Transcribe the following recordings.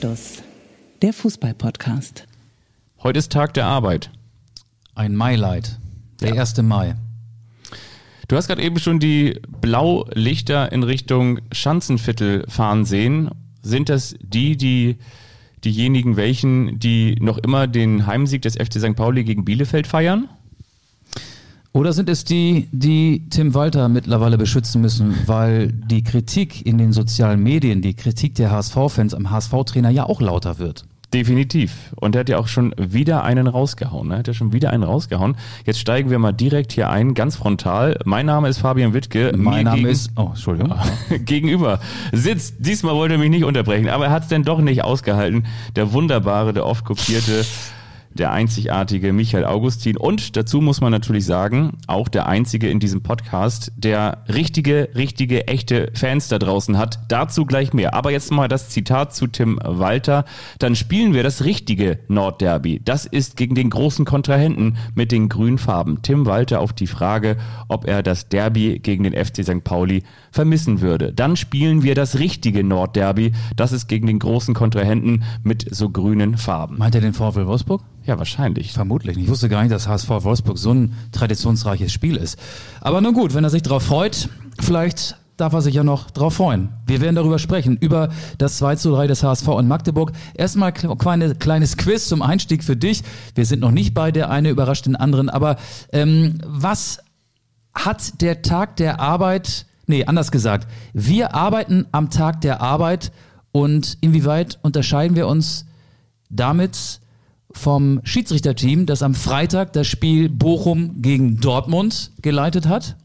Anstoß, der Fußball-Podcast. Heute ist Tag der Arbeit. Ein Maileid, der 1. Mai. Du hast gerade eben schon die Blaulichter in Richtung Schanzenviertel fahren sehen. Sind das diejenigen, die noch immer den Heimsieg des FC St. Pauli gegen Bielefeld feiern? Oder sind es die Tim Walter mittlerweile beschützen müssen, weil die Kritik in den sozialen Medien, die Kritik der HSV-Fans am HSV-Trainer ja auch lauter wird? Definitiv. Und er hat ja auch schon wieder einen rausgehauen. Jetzt steigen wir mal direkt hier ein, ganz frontal. Mein Name ist Fabian Wittke. Entschuldigung. Gegenüber sitzt, diesmal wollte er mich nicht unterbrechen, aber er hat es denn doch nicht ausgehalten. Der wunderbare, der oft kopierte, der einzigartige Michael Augustin und dazu muss man natürlich sagen, auch der einzige in diesem Podcast, der richtige, echte Fans da draußen hat. Dazu gleich mehr. Aber jetzt mal das Zitat zu Tim Walter. Dann spielen wir das richtige Nordderby. Das ist gegen den großen Kontrahenten mit den grünen Farben. Tim Walter auf die Frage, ob er das Derby gegen den FC St. Pauli vermissen würde. Dann spielen wir das richtige Nordderby. Das ist gegen den großen Kontrahenten mit so grünen Farben. Meint er den VfL Wolfsburg? Ja, wahrscheinlich. Vermutlich. Ich wusste gar nicht, dass HSV Wolfsburg so ein traditionsreiches Spiel ist. Aber nun gut, wenn er sich darauf freut, vielleicht darf er sich ja noch drauf freuen. Wir werden darüber sprechen, über das 2:3 des HSV in Magdeburg. Erstmal ein kleines Quiz zum Einstieg für dich. Wir sind noch nicht bei der eine überrascht den anderen, aber was hat der Tag der Arbeit, anders gesagt, wir arbeiten am Tag der Arbeit und inwieweit unterscheiden wir uns damit vom Schiedsrichterteam, das am Freitag das Spiel Bochum gegen Dortmund geleitet hat?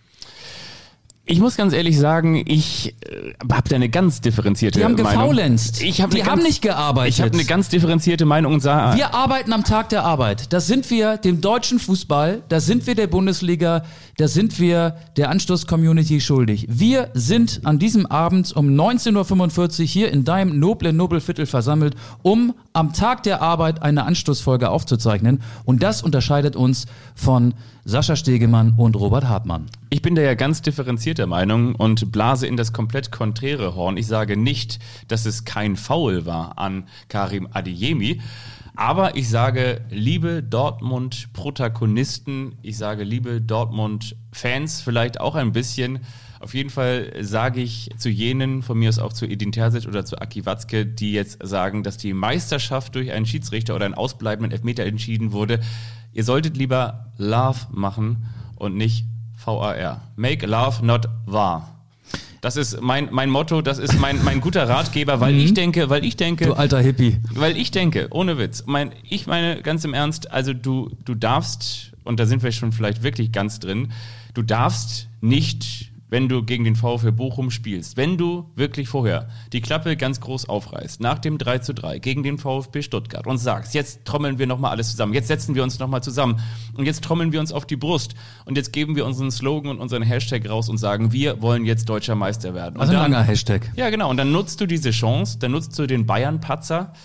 Ich muss ganz ehrlich sagen, ich habe da eine ganz differenzierte Meinung. Die haben gefaulenzt. Die haben nicht gearbeitet. Ich habe eine ganz differenzierte Meinung und sage... Wir arbeiten am Tag der Arbeit. Das sind wir dem deutschen Fußball, das sind wir der Bundesliga, das sind wir der Anstoß-Community schuldig. Wir sind an diesem Abend um 19.45 Uhr hier in deinem noblen Nobelviertel versammelt, um am Tag der Arbeit eine Anstoßfolge aufzuzeichnen. Und das unterscheidet uns von Sascha Stegemann und Robert Hartmann. Ich bin da ja ganz differenzierter Meinung und blase in das komplett konträre Horn. Ich sage nicht, dass es kein Foul war an Karim Adeyemi, aber ich sage, liebe Dortmund-Protagonisten, ich sage, liebe Dortmund-Fans vielleicht auch ein bisschen. Auf jeden Fall sage ich zu jenen, von mir aus auch zu Edin Terzic oder zu Aki Watzke, die jetzt sagen, dass die Meisterschaft durch einen Schiedsrichter oder einen ausbleibenden Elfmeter entschieden wurde. Ihr solltet lieber Love machen und nicht VAR. Make love, not war. Das ist mein Motto, das ist mein guter Ratgeber, weil ich denke... Du alter Hippie. Weil ich denke, ohne Witz, ich meine ganz im Ernst, also du darfst, und da sind wir schon vielleicht wirklich ganz drin, du darfst nicht, wenn du gegen den VfL Bochum spielst, wenn du wirklich vorher die Klappe ganz groß aufreißt, nach dem 3:3 gegen den VfB Stuttgart und sagst, jetzt trommeln wir nochmal alles zusammen, jetzt setzen wir uns nochmal zusammen und jetzt trommeln wir uns auf die Brust und jetzt geben wir unseren Slogan und unseren Hashtag raus und sagen, wir wollen jetzt deutscher Meister werden. Also ein langer Hashtag. Ja, genau. Und dann nutzt du diese Chance, dann nutzt du den Bayern-Patzer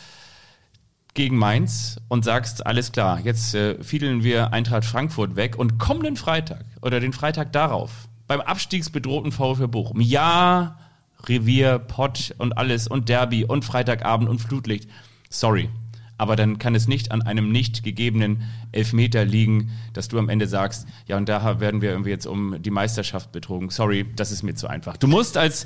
gegen Mainz und sagst, alles klar, jetzt fiedeln wir Eintracht Frankfurt weg und kommenden Freitag oder den Freitag darauf beim abstiegsbedrohten VfL Bochum. Ja, Revier, Pott und alles und Derby und Freitagabend und Flutlicht. Sorry. Aber dann kann es nicht an einem nicht gegebenen Elfmeter liegen, dass du am Ende sagst, ja, und da werden wir irgendwie jetzt um die Meisterschaft betrogen. Sorry, das ist mir zu einfach. Du musst als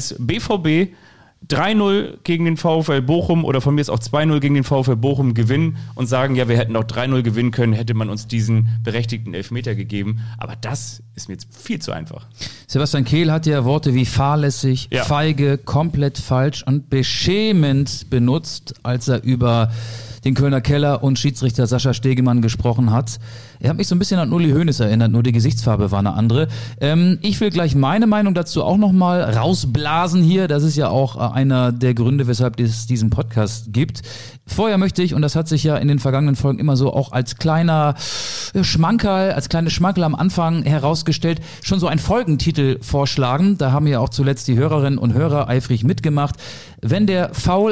BVB 3:0 gegen den VfL Bochum oder von mir ist auch 2:0 gegen den VfL Bochum gewinnen und sagen, ja, wir hätten auch 3:0 gewinnen können, hätte man uns diesen berechtigten Elfmeter gegeben. Aber das ist mir jetzt viel zu einfach. Sebastian Kehl hat ja Worte wie fahrlässig, feige, komplett falsch und beschämend benutzt, als er über den Kölner Keller und Schiedsrichter Sascha Stegemann gesprochen hat. Er hat mich so ein bisschen an Uli Hoeneß erinnert, nur die Gesichtsfarbe war eine andere. Ich will gleich meine Meinung dazu auch nochmal rausblasen hier. Das ist ja auch einer der Gründe, weshalb es diesen Podcast gibt. Vorher möchte ich, und das hat sich ja in den vergangenen Folgen immer so auch als kleiner Schmankerl, als kleines Schmankerl am Anfang herausgestellt, schon so einen Folgentitel vorschlagen. Da haben ja auch zuletzt die Hörerinnen und Hörer eifrig mitgemacht. Wenn der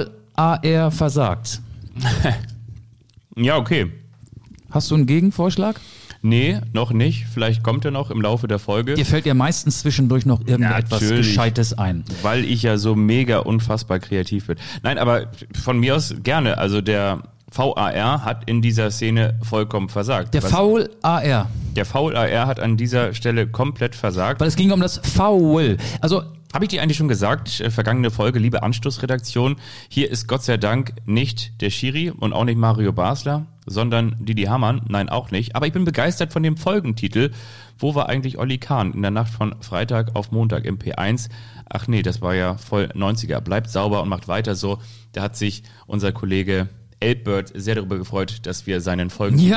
VAR versagt. Ja, okay. Hast du einen Gegenvorschlag? Nee, noch nicht. Vielleicht kommt er noch im Laufe der Folge. Dir fällt ja meistens zwischendurch noch irgendetwas Gescheites ein. Weil ich ja so mega unfassbar kreativ bin. Nein, aber von mir aus gerne. Also der VAR hat in dieser Szene vollkommen versagt. Der Foul-AR. Der Foul-AR hat an dieser Stelle komplett versagt. Weil es ging um das Foul. Also habe ich dir eigentlich schon gesagt, vergangene Folge, liebe Anstoßredaktion, hier ist Gott sei Dank nicht der Schiri und auch nicht Mario Basler, sondern Didi Hamann, nein auch nicht. Aber ich bin begeistert von dem Folgentitel. Wo war eigentlich Olli Kahn in der Nacht von Freitag auf Montag im P1? Ach nee, das war ja voll 90er. Bleibt sauber und macht weiter so. Da hat sich unser Kollege Elbbird sehr darüber gefreut, dass wir seinen Folgentitel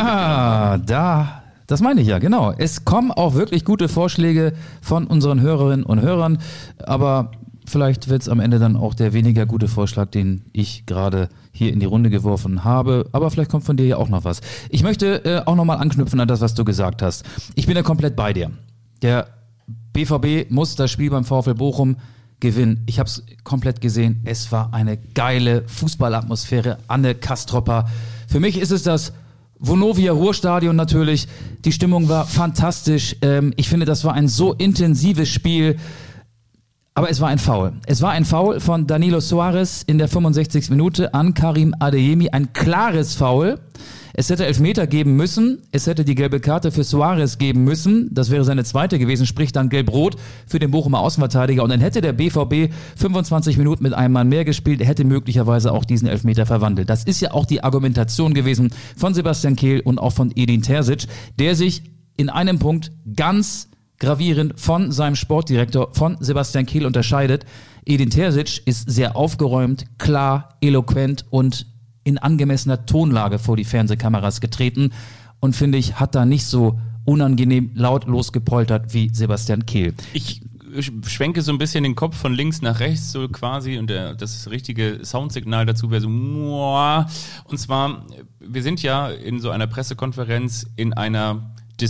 das meine ich ja, genau. Es kommen auch wirklich gute Vorschläge von unseren Hörerinnen und Hörern, aber vielleicht wird es am Ende dann auch der weniger gute Vorschlag, den ich gerade hier in die Runde geworfen habe, aber vielleicht kommt von dir ja auch noch was. Ich möchte auch nochmal anknüpfen an das, was du gesagt hast. Ich bin ja komplett bei dir. Der BVB muss das Spiel beim VfL Bochum gewinnen. Ich habe es komplett gesehen. Es war eine geile Fußballatmosphäre an der Kastropper. Für mich ist es das Vonovia Ruhrstadion natürlich. Die Stimmung war fantastisch. Ich finde, das war ein so intensives Spiel. Aber es war ein Foul. Es war ein Foul von Danilo Suarez in der 65. Minute an Karim Adeyemi. Ein klares Foul. Es hätte Elfmeter geben müssen. Es hätte die gelbe Karte für Suarez geben müssen. Das wäre seine zweite gewesen, sprich dann gelb-rot für den Bochumer Außenverteidiger. Und dann hätte der BVB 25 Minuten mit einem Mann mehr gespielt, hätte möglicherweise auch diesen Elfmeter verwandelt. Das ist ja auch die Argumentation gewesen von Sebastian Kehl und auch von Edin Terzic, der sich in einem Punkt ganz gravierend von seinem Sportdirektor, von Sebastian Kehl unterscheidet. Edin Terzic ist sehr aufgeräumt, klar, eloquent und in angemessener Tonlage vor die Fernsehkameras getreten und, finde ich, hat da nicht so unangenehm laut losgepoltert wie Sebastian Kehl. Ich schwenke so ein bisschen den Kopf von links nach rechts so quasi und das richtige Soundsignal dazu wäre so Muah. Und zwar, wir sind ja in so einer Pressekonferenz in einem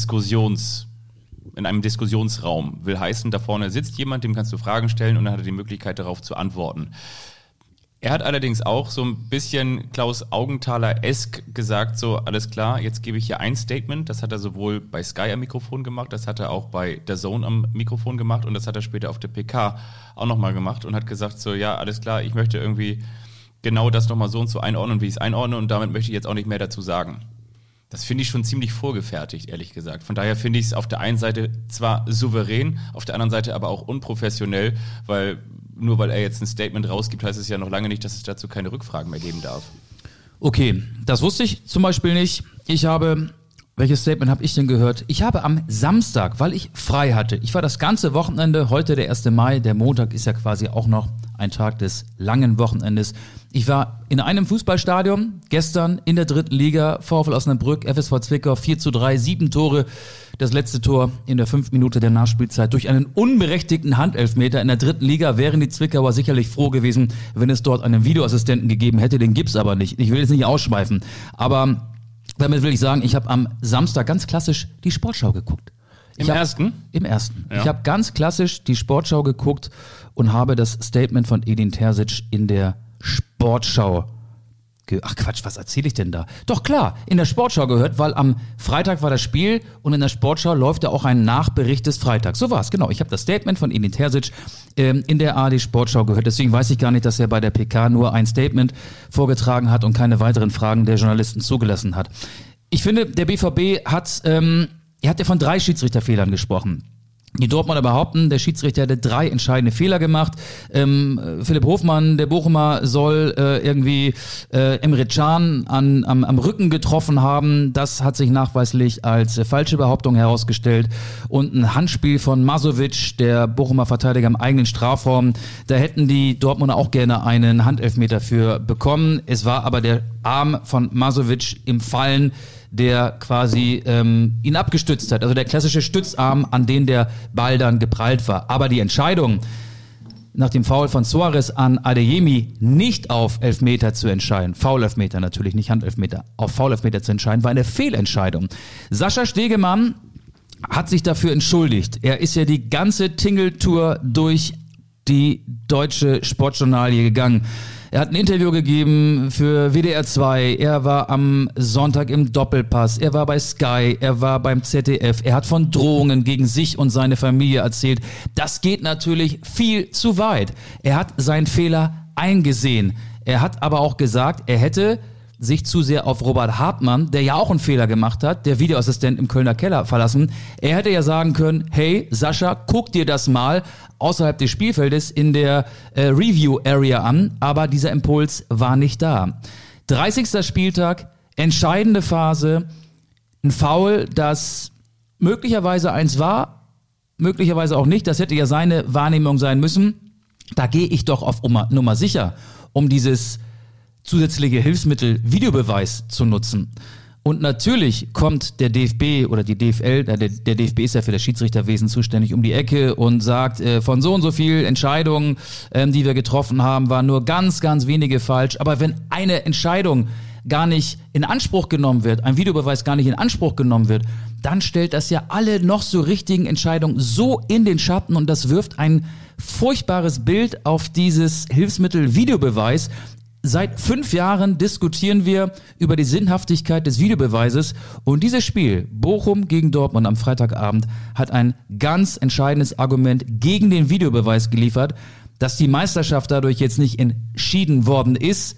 Diskussionsraum. Will heißen, da vorne sitzt jemand, dem kannst du Fragen stellen und dann hat er die Möglichkeit darauf zu antworten. Er hat allerdings auch so ein bisschen Klaus Augenthaler-esk gesagt, so alles klar, jetzt gebe ich hier ein Statement. Das hat er sowohl bei Sky am Mikrofon gemacht, das hat er auch bei DAZN am Mikrofon gemacht und das hat er später auf der PK auch nochmal gemacht und hat gesagt so, ja, alles klar, ich möchte irgendwie genau das nochmal so und so einordnen, wie ich es einordne und damit möchte ich jetzt auch nicht mehr dazu sagen. Das finde ich schon ziemlich vorgefertigt, ehrlich gesagt. Von daher finde ich es auf der einen Seite zwar souverän, auf der anderen Seite aber auch unprofessionell, weil nur weil er jetzt ein Statement rausgibt, heißt es ja noch lange nicht, dass es dazu keine Rückfragen mehr geben darf. Okay, das wusste ich zum Beispiel nicht. Welches Statement habe ich denn gehört? Ich habe am Samstag, weil ich frei hatte, ich war das ganze Wochenende, heute der 1. Mai, der Montag ist ja quasi auch noch ein Tag des langen Wochenendes. Ich war in einem Fußballstadion, gestern in der 3. Liga, VfL Osnabrück, FSV Zwickau, 4:3, 7 Tore. Das letzte Tor in der 5. Minute der Nachspielzeit durch einen unberechtigten Handelfmeter. In der 3. Liga wären die Zwickauer sicherlich froh gewesen, wenn es dort einen Videoassistenten gegeben hätte. Den gibt's aber nicht. Ich will jetzt nicht ausschweifen. Aber damit will ich sagen, ich habe am Samstag ganz klassisch die Sportschau geguckt. Im ersten? Ja. Ich habe ganz klassisch die Sportschau geguckt und habe das Statement von Edin Terzic in der Sportschau Ach Quatsch, was erzähle ich denn da? Doch klar, in der Sportschau gehört, weil am Freitag war das Spiel und in der Sportschau läuft ja auch ein Nachbericht des Freitags. So war es, genau. Ich habe das Statement von Edin Terzic in der ARD Sportschau gehört. Deswegen weiß ich gar nicht, dass er bei der PK nur ein Statement vorgetragen hat und keine weiteren Fragen der Journalisten zugelassen hat. Ich finde, der BVB hat ja von 3 Schiedsrichterfehlern gesprochen. Die Dortmunder behaupten, der Schiedsrichter hätte 3 entscheidende Fehler gemacht. Philipp Hofmann, der Bochumer, soll irgendwie Emre Can am Rücken getroffen haben. Das hat sich nachweislich als falsche Behauptung herausgestellt. Und ein Handspiel von Masovic, der Bochumer Verteidiger im eigenen Strafraum. Da hätten die Dortmunder auch gerne einen Handelfmeter für bekommen. Es war aber der Arm von Masovic im Fallen, der quasi ihn abgestützt hat. Also der klassische Stützarm, an den der Ball dann geprallt war. Aber die Entscheidung, nach dem Foul von Suarez an Adeyemi nicht auf Elfmeter zu entscheiden, Foul-Elfmeter natürlich, nicht Handelfmeter, auf Foul-Elfmeter zu entscheiden, war eine Fehlentscheidung. Sascha Stegemann hat sich dafür entschuldigt. Er ist ja die ganze Tingeltour durch die deutsche Sportjournalie gegangen. Er hat ein Interview gegeben für WDR 2. Er war am Sonntag im Doppelpass. Er war bei Sky. Er war beim ZDF. Er hat von Drohungen gegen sich und seine Familie erzählt. Das geht natürlich viel zu weit. Er hat seinen Fehler eingesehen. Er hat aber auch gesagt, er hätte sich zu sehr auf Robert Hartmann, der ja auch einen Fehler gemacht hat, der Videoassistent im Kölner Keller, verlassen. Er hätte ja sagen können, hey Sascha, guck dir das mal außerhalb des Spielfeldes in der Review-Area an, aber dieser Impuls war nicht da. 30. Spieltag, entscheidende Phase, ein Foul, das möglicherweise eins war, möglicherweise auch nicht, das hätte ja seine Wahrnehmung sein müssen. Da gehe ich doch auf Nummer sicher, um dieses zusätzliche Hilfsmittel Videobeweis zu nutzen. Und natürlich kommt der DFB oder die DFL, der DFB ist ja für das Schiedsrichterwesen zuständig, um die Ecke und sagt, von so und so viel Entscheidungen, die wir getroffen haben, waren nur ganz, ganz wenige falsch. Aber wenn eine Entscheidung gar nicht in Anspruch genommen wird, ein Videobeweis gar nicht in Anspruch genommen wird, dann stellt das ja alle noch so richtigen Entscheidungen so in den Schatten und das wirft ein furchtbares Bild auf dieses Hilfsmittel Videobeweis. Seit 5 Jahren diskutieren wir über die Sinnhaftigkeit des Videobeweises und dieses Spiel, Bochum gegen Dortmund am Freitagabend, hat ein ganz entscheidendes Argument gegen den Videobeweis geliefert, dass die Meisterschaft dadurch jetzt nicht entschieden worden ist.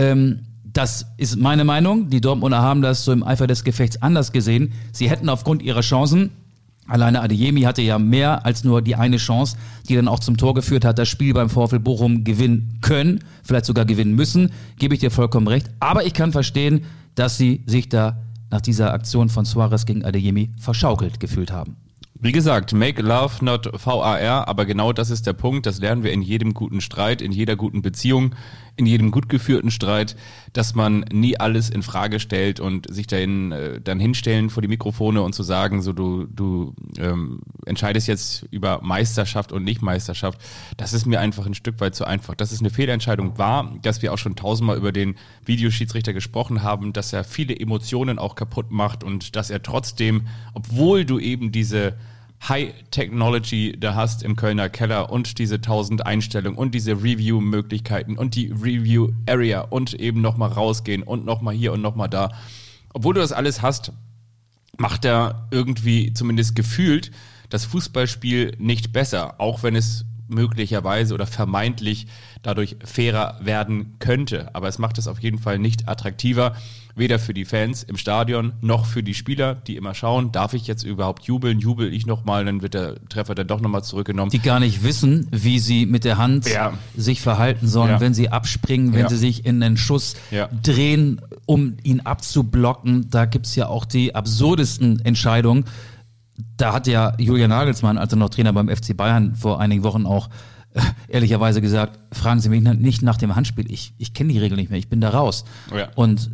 Das ist meine Meinung. Die Dortmunder haben das so im Eifer des Gefechts anders gesehen. Sie hätten aufgrund ihrer Chancen, alleine Adeyemi hatte ja mehr als nur die eine Chance, die dann auch zum Tor geführt hat, das Spiel beim VfL Bochum gewinnen können, vielleicht sogar gewinnen müssen, gebe ich dir vollkommen recht. Aber ich kann verstehen, dass sie sich da nach dieser Aktion von Suarez gegen Adeyemi verschaukelt gefühlt haben. Wie gesagt, make love, not VAR, aber genau das ist der Punkt, das lernen wir in jedem guten Streit, in jeder guten Beziehung, in jedem gut geführten Streit, dass man nie alles in Frage stellt und sich dann hinstellen vor die Mikrofone und zu sagen, so du entscheidest jetzt über Meisterschaft und Nicht-Meisterschaft, das ist mir einfach ein Stück weit zu einfach. Dass es eine Fehlentscheidung war, dass wir auch schon 1000-mal über den Videoschiedsrichter gesprochen haben, dass er viele Emotionen auch kaputt macht und dass er trotzdem, obwohl du eben diese High-Technology da hast im Kölner Keller und diese 1000 Einstellungen und diese Review-Möglichkeiten und die Review-Area und eben nochmal rausgehen und nochmal hier und nochmal da. Obwohl du das alles hast, macht er irgendwie zumindest gefühlt das Fußballspiel nicht besser, auch wenn es möglicherweise oder vermeintlich dadurch fairer werden könnte. Aber es macht es auf jeden Fall nicht attraktiver, weder für die Fans im Stadion noch für die Spieler, die immer schauen, darf ich jetzt überhaupt jubeln? Jubel ich nochmal, dann wird der Treffer dann doch nochmal zurückgenommen. Die gar nicht wissen, wie sie mit der Hand sich verhalten sollen, wenn sie abspringen, wenn sie sich in einen Schuss drehen, um ihn abzublocken. Da gibt's ja auch die absurdesten Entscheidungen. Da hat ja Julian Nagelsmann, als er noch Trainer beim FC Bayern vor einigen Wochen auch ehrlicherweise gesagt, fragen Sie mich nicht nach dem Handspiel. Ich kenne die Regel nicht mehr, ich bin da raus. Ja. Und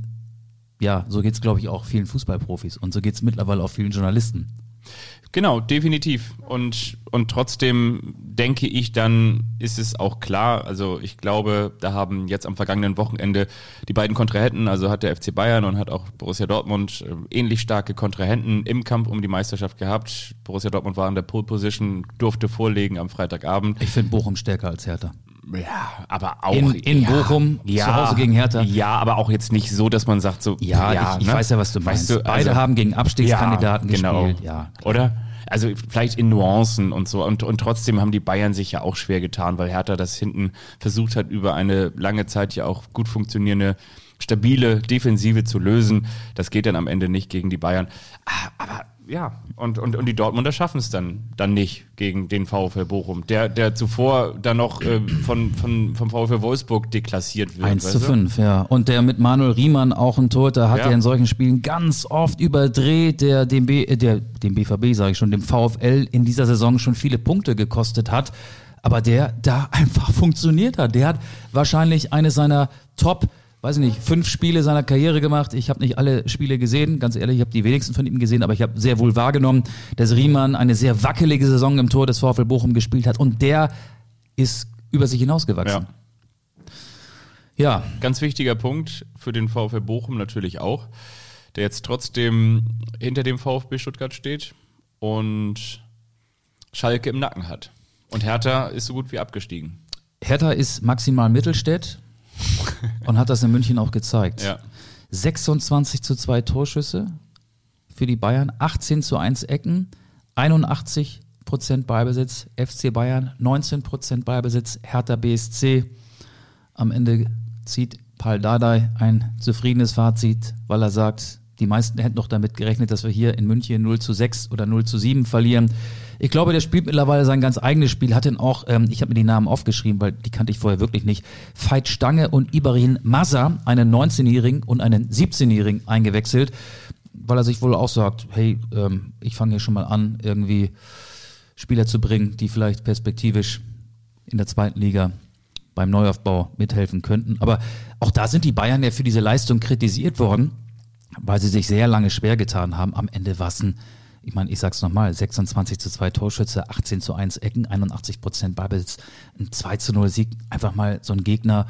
ja, so geht's, glaube ich, auch vielen Fußballprofis und so geht's mittlerweile auch vielen Journalisten. Genau, definitiv. Und trotzdem denke ich, dann ist es auch klar, also ich glaube, da haben jetzt am vergangenen Wochenende die beiden Kontrahenten, also hat der FC Bayern und hat auch Borussia Dortmund ähnlich starke Kontrahenten im Kampf um die Meisterschaft gehabt. Borussia Dortmund war in der Pole Position, durfte vorlegen am Freitagabend. Ich finde Bochum stärker als Hertha. Ja, aber auch in Bochum, zu Hause gegen Hertha. Ja, aber auch jetzt nicht so, dass man sagt so. Ich weiß ja, was du meinst. Weißt du, Beide haben gegen Abstiegskandidaten gespielt. Ja, oder? Also vielleicht in Nuancen und so. Und trotzdem haben die Bayern sich ja auch schwer getan, weil Hertha das hinten versucht hat, über eine lange Zeit ja auch gut funktionierende, stabile Defensive zu lösen. Das geht dann am Ende nicht gegen die Bayern. Aber ja, und die Dortmunder schaffen es dann nicht gegen den VfL Bochum, der zuvor dann noch vom VfL Wolfsburg deklassiert wird. 1:5, ja. Und der mit Manuel Riemann auch ein Torhüter hat, der in solchen Spielen ganz oft überdreht, der dem BVB, sage ich schon, dem VfL in dieser Saison schon viele Punkte gekostet hat, aber der da einfach funktioniert hat. Der hat wahrscheinlich eines seiner Top 5 Spiele seiner Karriere gemacht. Ich habe nicht alle Spiele gesehen, ganz ehrlich, ich habe die wenigsten von ihm gesehen, aber ich habe sehr wohl wahrgenommen, dass Riemann eine sehr wackelige Saison im Tor des VfL Bochum gespielt hat und der ist über sich hinausgewachsen. Ja. Ganz wichtiger Punkt für den VfL Bochum natürlich auch, der jetzt trotzdem hinter dem VfB Stuttgart steht und Schalke im Nacken hat. Und Hertha ist so gut wie abgestiegen. Hertha ist maximal Mittelstädt. Und hat das in München auch gezeigt. Ja. 26:2 Torschüsse für die Bayern, 18:1 Ecken, 81% Ballbesitz, FC Bayern, 19% Ballbesitz, Hertha BSC. Am Ende zieht Paul Dardai ein zufriedenes Fazit, weil er sagt, die meisten hätten noch damit gerechnet, dass wir hier in München 0:6 oder 0:7 verlieren. Ich glaube, der spielt mittlerweile sein ganz eigenes Spiel, hat den auch, ich habe mir die Namen aufgeschrieben, weil die kannte ich vorher wirklich nicht, Veit Stange und Ibrahim Massa, einen 19-Jährigen und einen 17-Jährigen eingewechselt, weil er sich wohl auch sagt, hey, ich fange hier schon mal an, irgendwie Spieler zu bringen, die vielleicht perspektivisch in der zweiten Liga beim Neuaufbau mithelfen könnten. Aber auch da sind die Bayern ja für diese Leistung kritisiert worden, weil sie sich sehr lange schwer getan haben. Am Ende war es ich sag's nochmal, 26:2 Torschütze, 18:1 Ecken, 81% Ballbesitz, ein 2:0 Sieg, einfach mal so ein Gegner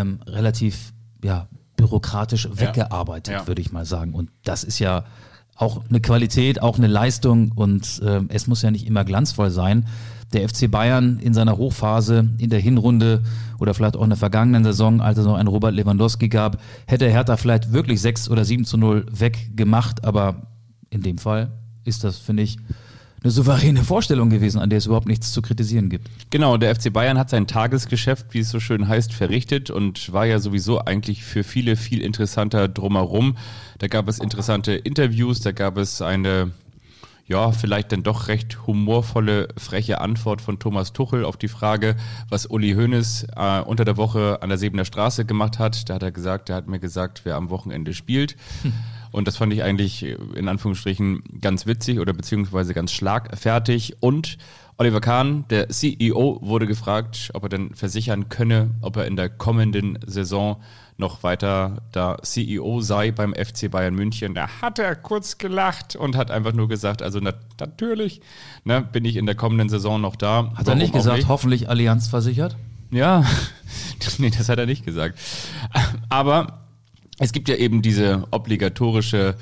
relativ bürokratisch weggearbeitet, würde ich mal sagen. Und das ist ja auch eine Qualität, auch eine Leistung und es muss ja nicht immer glanzvoll sein. Der FC Bayern in seiner Hochphase in der Hinrunde oder vielleicht auch in der vergangenen Saison, als es noch einen Robert Lewandowski gab, hätte Hertha vielleicht wirklich 6 oder 7:0 weggemacht, aber in dem Fall ist das, finde ich, eine souveräne Vorstellung gewesen, an der es überhaupt nichts zu kritisieren gibt. Genau, der FC Bayern hat sein Tagesgeschäft, wie es so schön heißt, verrichtet und war ja sowieso eigentlich für viele viel interessanter drumherum. Da gab es interessante Interviews, da gab es eine, vielleicht dann doch recht humorvolle, freche Antwort von Thomas Tuchel auf die Frage, was Uli Hoeneß unter der Woche an der Sebener Straße gemacht hat. Da hat er hat mir gesagt, wer am Wochenende spielt. Und das fand ich eigentlich in Anführungsstrichen ganz witzig oder beziehungsweise ganz schlagfertig. Und Oliver Kahn, der CEO, wurde gefragt, ob er denn versichern könne, ob er in der kommenden Saison noch weiter da CEO sei beim FC Bayern München. Da hat er kurz gelacht und hat einfach nur gesagt, also natürlich bin ich in der kommenden Saison noch da. Hat er nicht gesagt, hoffentlich Allianz versichert? Ja, nee, das hat er nicht gesagt. Aber es gibt ja eben diese obligatorische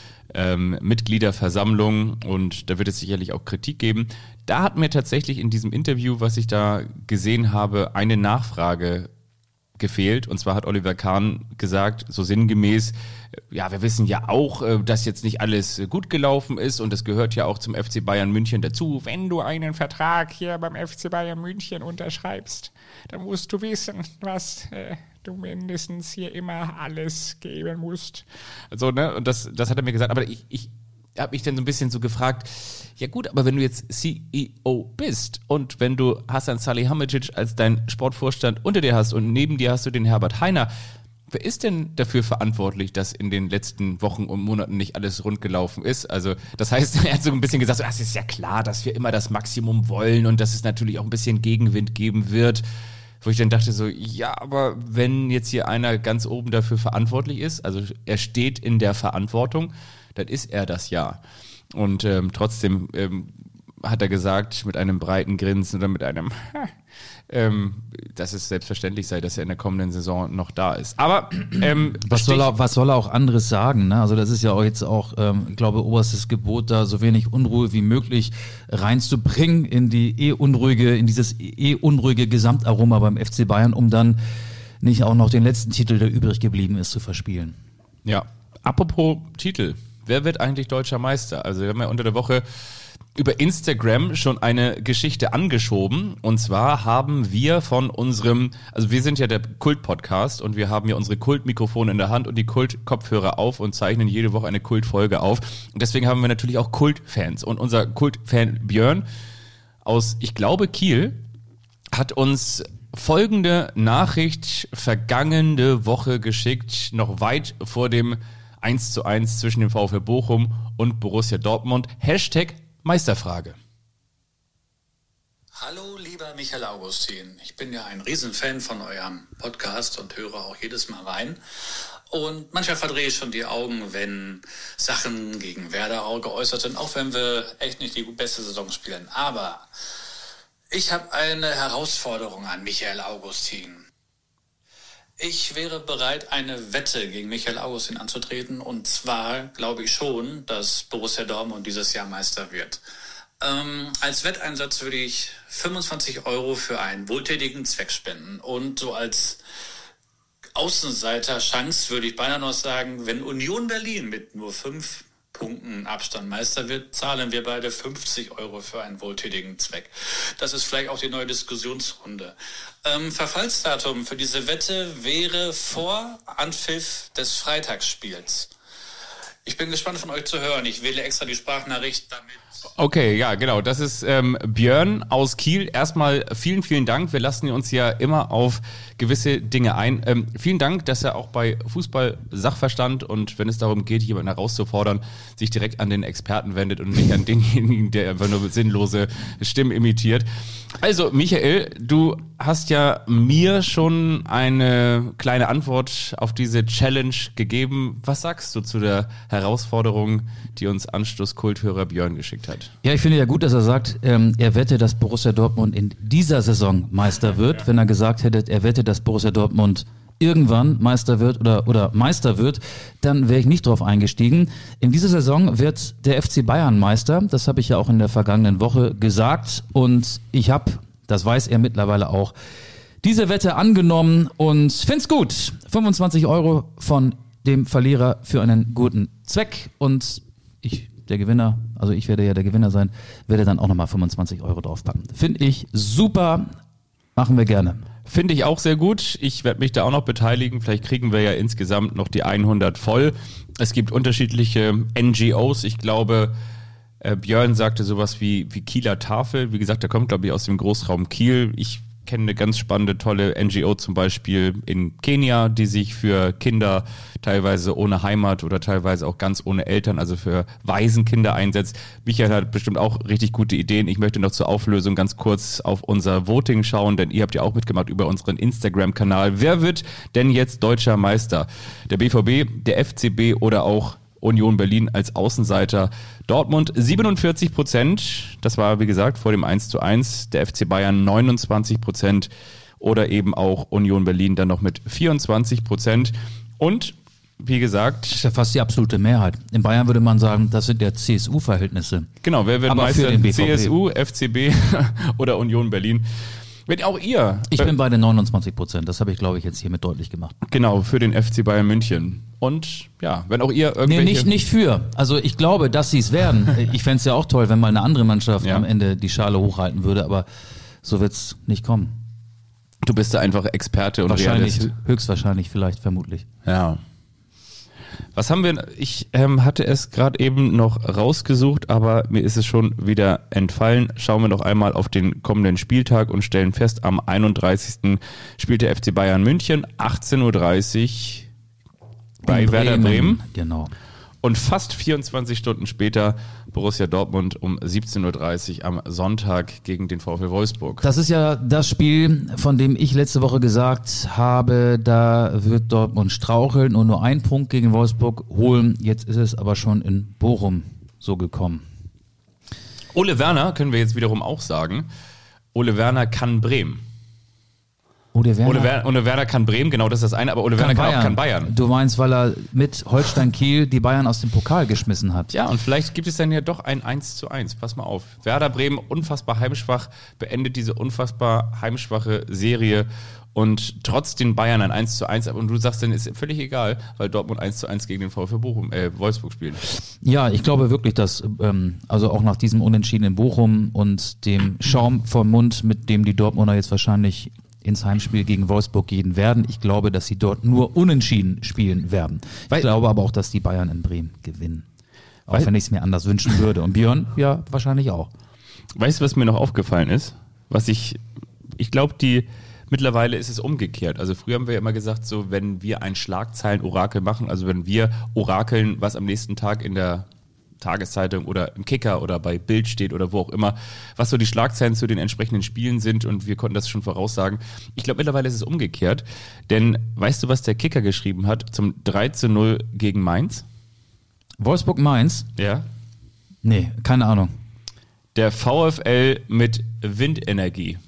Mitgliederversammlung und da wird es sicherlich auch Kritik geben. Da hat mir tatsächlich in diesem Interview, was ich da gesehen habe, eine Nachfrage gefehlt. Und zwar hat Oliver Kahn gesagt, so sinngemäß, wir wissen ja auch, dass jetzt nicht alles gut gelaufen ist und das gehört ja auch zum FC Bayern München dazu. Wenn du einen Vertrag hier beim FC Bayern München unterschreibst, dann musst du wissen, was du mindestens hier immer alles geben musst. Also, und das hat er mir gesagt, aber ich habe mich dann so ein bisschen so gefragt, ja gut, aber wenn du jetzt CEO bist und wenn du Hasan Salihamidzic als dein Sportvorstand unter dir hast und neben dir hast du den Herbert Hainer, wer ist denn dafür verantwortlich, dass in den letzten Wochen und Monaten nicht alles rund gelaufen ist? Also das heißt, er hat so ein bisschen gesagt, es ist ja klar, dass wir immer das Maximum wollen und dass es natürlich auch ein bisschen Gegenwind geben wird. Wo ich dann dachte so, ja, aber wenn jetzt hier einer ganz oben dafür verantwortlich ist, also er steht in der Verantwortung, dann ist er das ja. Und trotzdem hat er gesagt, mit einem breiten Grinsen oder mit einem, dass es selbstverständlich sei, dass er in der kommenden Saison noch da ist. Aber was soll er auch anderes sagen? Ne? Also das ist ja auch jetzt auch, ich glaube, oberstes Gebot, da so wenig Unruhe wie möglich reinzubringen in dieses unruhige Gesamtaroma beim FC Bayern, um dann nicht auch noch den letzten Titel, der übrig geblieben ist, zu verspielen. Ja, apropos Titel. Wer wird eigentlich deutscher Meister? Also wir haben ja unter der Woche über Instagram schon eine Geschichte angeschoben. Und zwar haben wir wir sind ja der Kult-Podcast und wir haben ja unsere Kult-Mikrofone in der Hand und die Kult-Kopfhörer auf und zeichnen jede Woche eine Kult-Folge auf. Und deswegen haben wir natürlich auch Kult-Fans. Und unser Kult-Fan Björn aus, ich glaube, Kiel, hat uns folgende Nachricht vergangene Woche geschickt, noch weit vor dem 1:1 zwischen dem VfL Bochum und Borussia Dortmund. #Meisterfrage. Hallo lieber Michael Augustin, ich bin ja ein Riesenfan von eurem Podcast und höre auch jedes Mal rein. Und manchmal verdrehe ich schon die Augen, wenn Sachen gegen Werder geäußert sind, auch wenn wir echt nicht die beste Saison spielen. Aber ich habe eine Herausforderung an Michael Augustin. Ich wäre bereit, eine Wette gegen Michael Augustin anzutreten. Und zwar glaube ich schon, dass Borussia Dortmund dieses Jahr Meister wird. Als Wetteinsatz würde ich 25 € für einen wohltätigen Zweck spenden. Und so als Außenseiter-Chance, würde ich beinahe noch sagen, wenn Union Berlin mit nur 5 Punkten Abstand Meister wird, zahlen wir beide 50 € für einen wohltätigen Zweck. Das ist vielleicht auch die neue Diskussionsrunde. Verfallsdatum für diese Wette wäre vor Anpfiff des Freitagsspiels. Ich bin gespannt von euch zu hören. Ich wähle extra die Sprachnachricht damit. Okay, ja, genau. Das ist Björn aus Kiel. Erstmal vielen, vielen Dank. Wir lassen uns ja immer auf gewisse Dinge ein. Vielen Dank, dass er auch bei Fußball-Sachverstand und wenn es darum geht, jemanden herauszufordern, sich direkt an den Experten wendet und nicht an denjenigen, der einfach nur sinnlose Stimmen imitiert. Also, Michael, du hast ja mir schon eine kleine Antwort auf diese Challenge gegeben. Was sagst du zu der Herausforderung, die uns Anstoß-Kulthörer Björn geschickt hat? Ja, ich finde ja gut, dass er sagt, er wette, dass Borussia Dortmund in dieser Saison Meister wird. Ja. Wenn er gesagt hätte, er wette, dass Borussia Dortmund irgendwann Meister wird oder Meister wird, dann wäre ich nicht drauf eingestiegen. In dieser Saison wird der FC Bayern Meister. Das habe ich ja auch in der vergangenen Woche gesagt. Und ich habe, das weiß er mittlerweile auch, diese Wette angenommen und find's gut. 25 € von dem Verlierer für einen guten Zweck. Und ich, der Gewinner, also ich werde ja der Gewinner sein, werde dann auch nochmal 25 € draufpacken. Finde ich super. Machen wir gerne. Finde ich auch sehr gut. Ich werde mich da auch noch beteiligen. Vielleicht kriegen wir ja insgesamt noch die 100 voll. Es gibt unterschiedliche NGOs. Ich glaube, Björn sagte sowas wie Kieler Tafel. Wie gesagt, der kommt, glaube ich, aus dem Großraum Kiel. Ich kenne eine ganz spannende, tolle NGO zum Beispiel in Kenia, die sich für Kinder teilweise ohne Heimat oder teilweise auch ganz ohne Eltern, also für Waisenkinder einsetzt. Michael hat bestimmt auch richtig gute Ideen. Ich möchte noch zur Auflösung ganz kurz auf unser Voting schauen, denn ihr habt ja auch mitgemacht über unseren Instagram-Kanal. Wer wird denn jetzt deutscher Meister? Der BVB, der FCB oder auch Union Berlin als Außenseiter? Dortmund 47%, das war wie gesagt vor dem 1:1, der FC Bayern 29% oder eben auch Union Berlin dann noch mit 24%. Und wie gesagt... Das ist ja fast die absolute Mehrheit. In Bayern würde man sagen, das sind ja CSU-Verhältnisse. Genau, wer wird Meister? CSU, FCB oder Union Berlin? Wenn auch ihr... Ich bin bei den 29%, das habe ich, glaube ich, jetzt hiermit deutlich gemacht. Genau, für den FC Bayern München. Und ja, wenn auch ihr irgendwelche... Nee, nicht für. Also ich glaube, dass sie es werden. Ich fände es ja auch toll, wenn mal eine andere Mannschaft am Ende die Schale hochhalten würde, aber so wird es nicht kommen. Du bist da einfach Experte und Realist. Höchstwahrscheinlich, vielleicht, vermutlich. Ja. Was haben wir? Ich hatte es gerade eben noch rausgesucht, aber mir ist es schon wieder entfallen. Schauen wir noch einmal auf den kommenden Spieltag und stellen fest, am 31. spielt der FC Bayern München, 18:30 Uhr bei Werder Bremen. Genau. Und fast 24 Stunden später Borussia Dortmund um 17:30 Uhr am Sonntag gegen den VfL Wolfsburg. Das ist ja das Spiel, von dem ich letzte Woche gesagt habe, da wird Dortmund straucheln und nur einen Punkt gegen Wolfsburg holen. Jetzt ist es aber schon in Bochum so gekommen. Ole Werner können wir jetzt wiederum auch sagen. Ole Werner kann Bremen. Ole Werner kann Bremen, genau, das ist das eine, aber Ole Werner kann Bayern. Du meinst, weil er mit Holstein Kiel die Bayern aus dem Pokal geschmissen hat. Ja, und vielleicht gibt es dann ja doch ein 1:1. Pass mal auf. Werder Bremen, unfassbar heimschwach, beendet diese unfassbar heimschwache Serie und trotz den Bayern ein 1:1. Und du sagst dann, ist völlig egal, weil Dortmund 1:1 gegen den VfL Wolfsburg spielt. Ja, ich glaube wirklich, dass also auch nach diesem Unentschieden in Bochum und dem Schaum vom Mund, mit dem die Dortmunder jetzt wahrscheinlich ins Heimspiel gegen Wolfsburg gehen werden. Ich glaube, dass sie dort nur unentschieden spielen werden. Ich glaube aber auch, dass die Bayern in Bremen gewinnen. Auch wenn ich es mir anders wünschen würde. Und Björn, ja, wahrscheinlich auch. Weißt du, was mir noch aufgefallen ist? Ich glaube, mittlerweile ist es umgekehrt. Also früher haben wir ja immer gesagt, so wenn wir ein Schlagzeilen-Orakel machen, also wenn wir orakeln, was am nächsten Tag in der Tageszeitung oder im Kicker oder bei Bild steht oder wo auch immer, was so die Schlagzeilen zu den entsprechenden Spielen sind und wir konnten das schon voraussagen. Ich glaube, mittlerweile ist es umgekehrt, denn weißt du, was der Kicker geschrieben hat zum 3:0 gegen Mainz? Wolfsburg-Mainz? Ja. Nee, keine Ahnung. Der VfL mit Windenergie.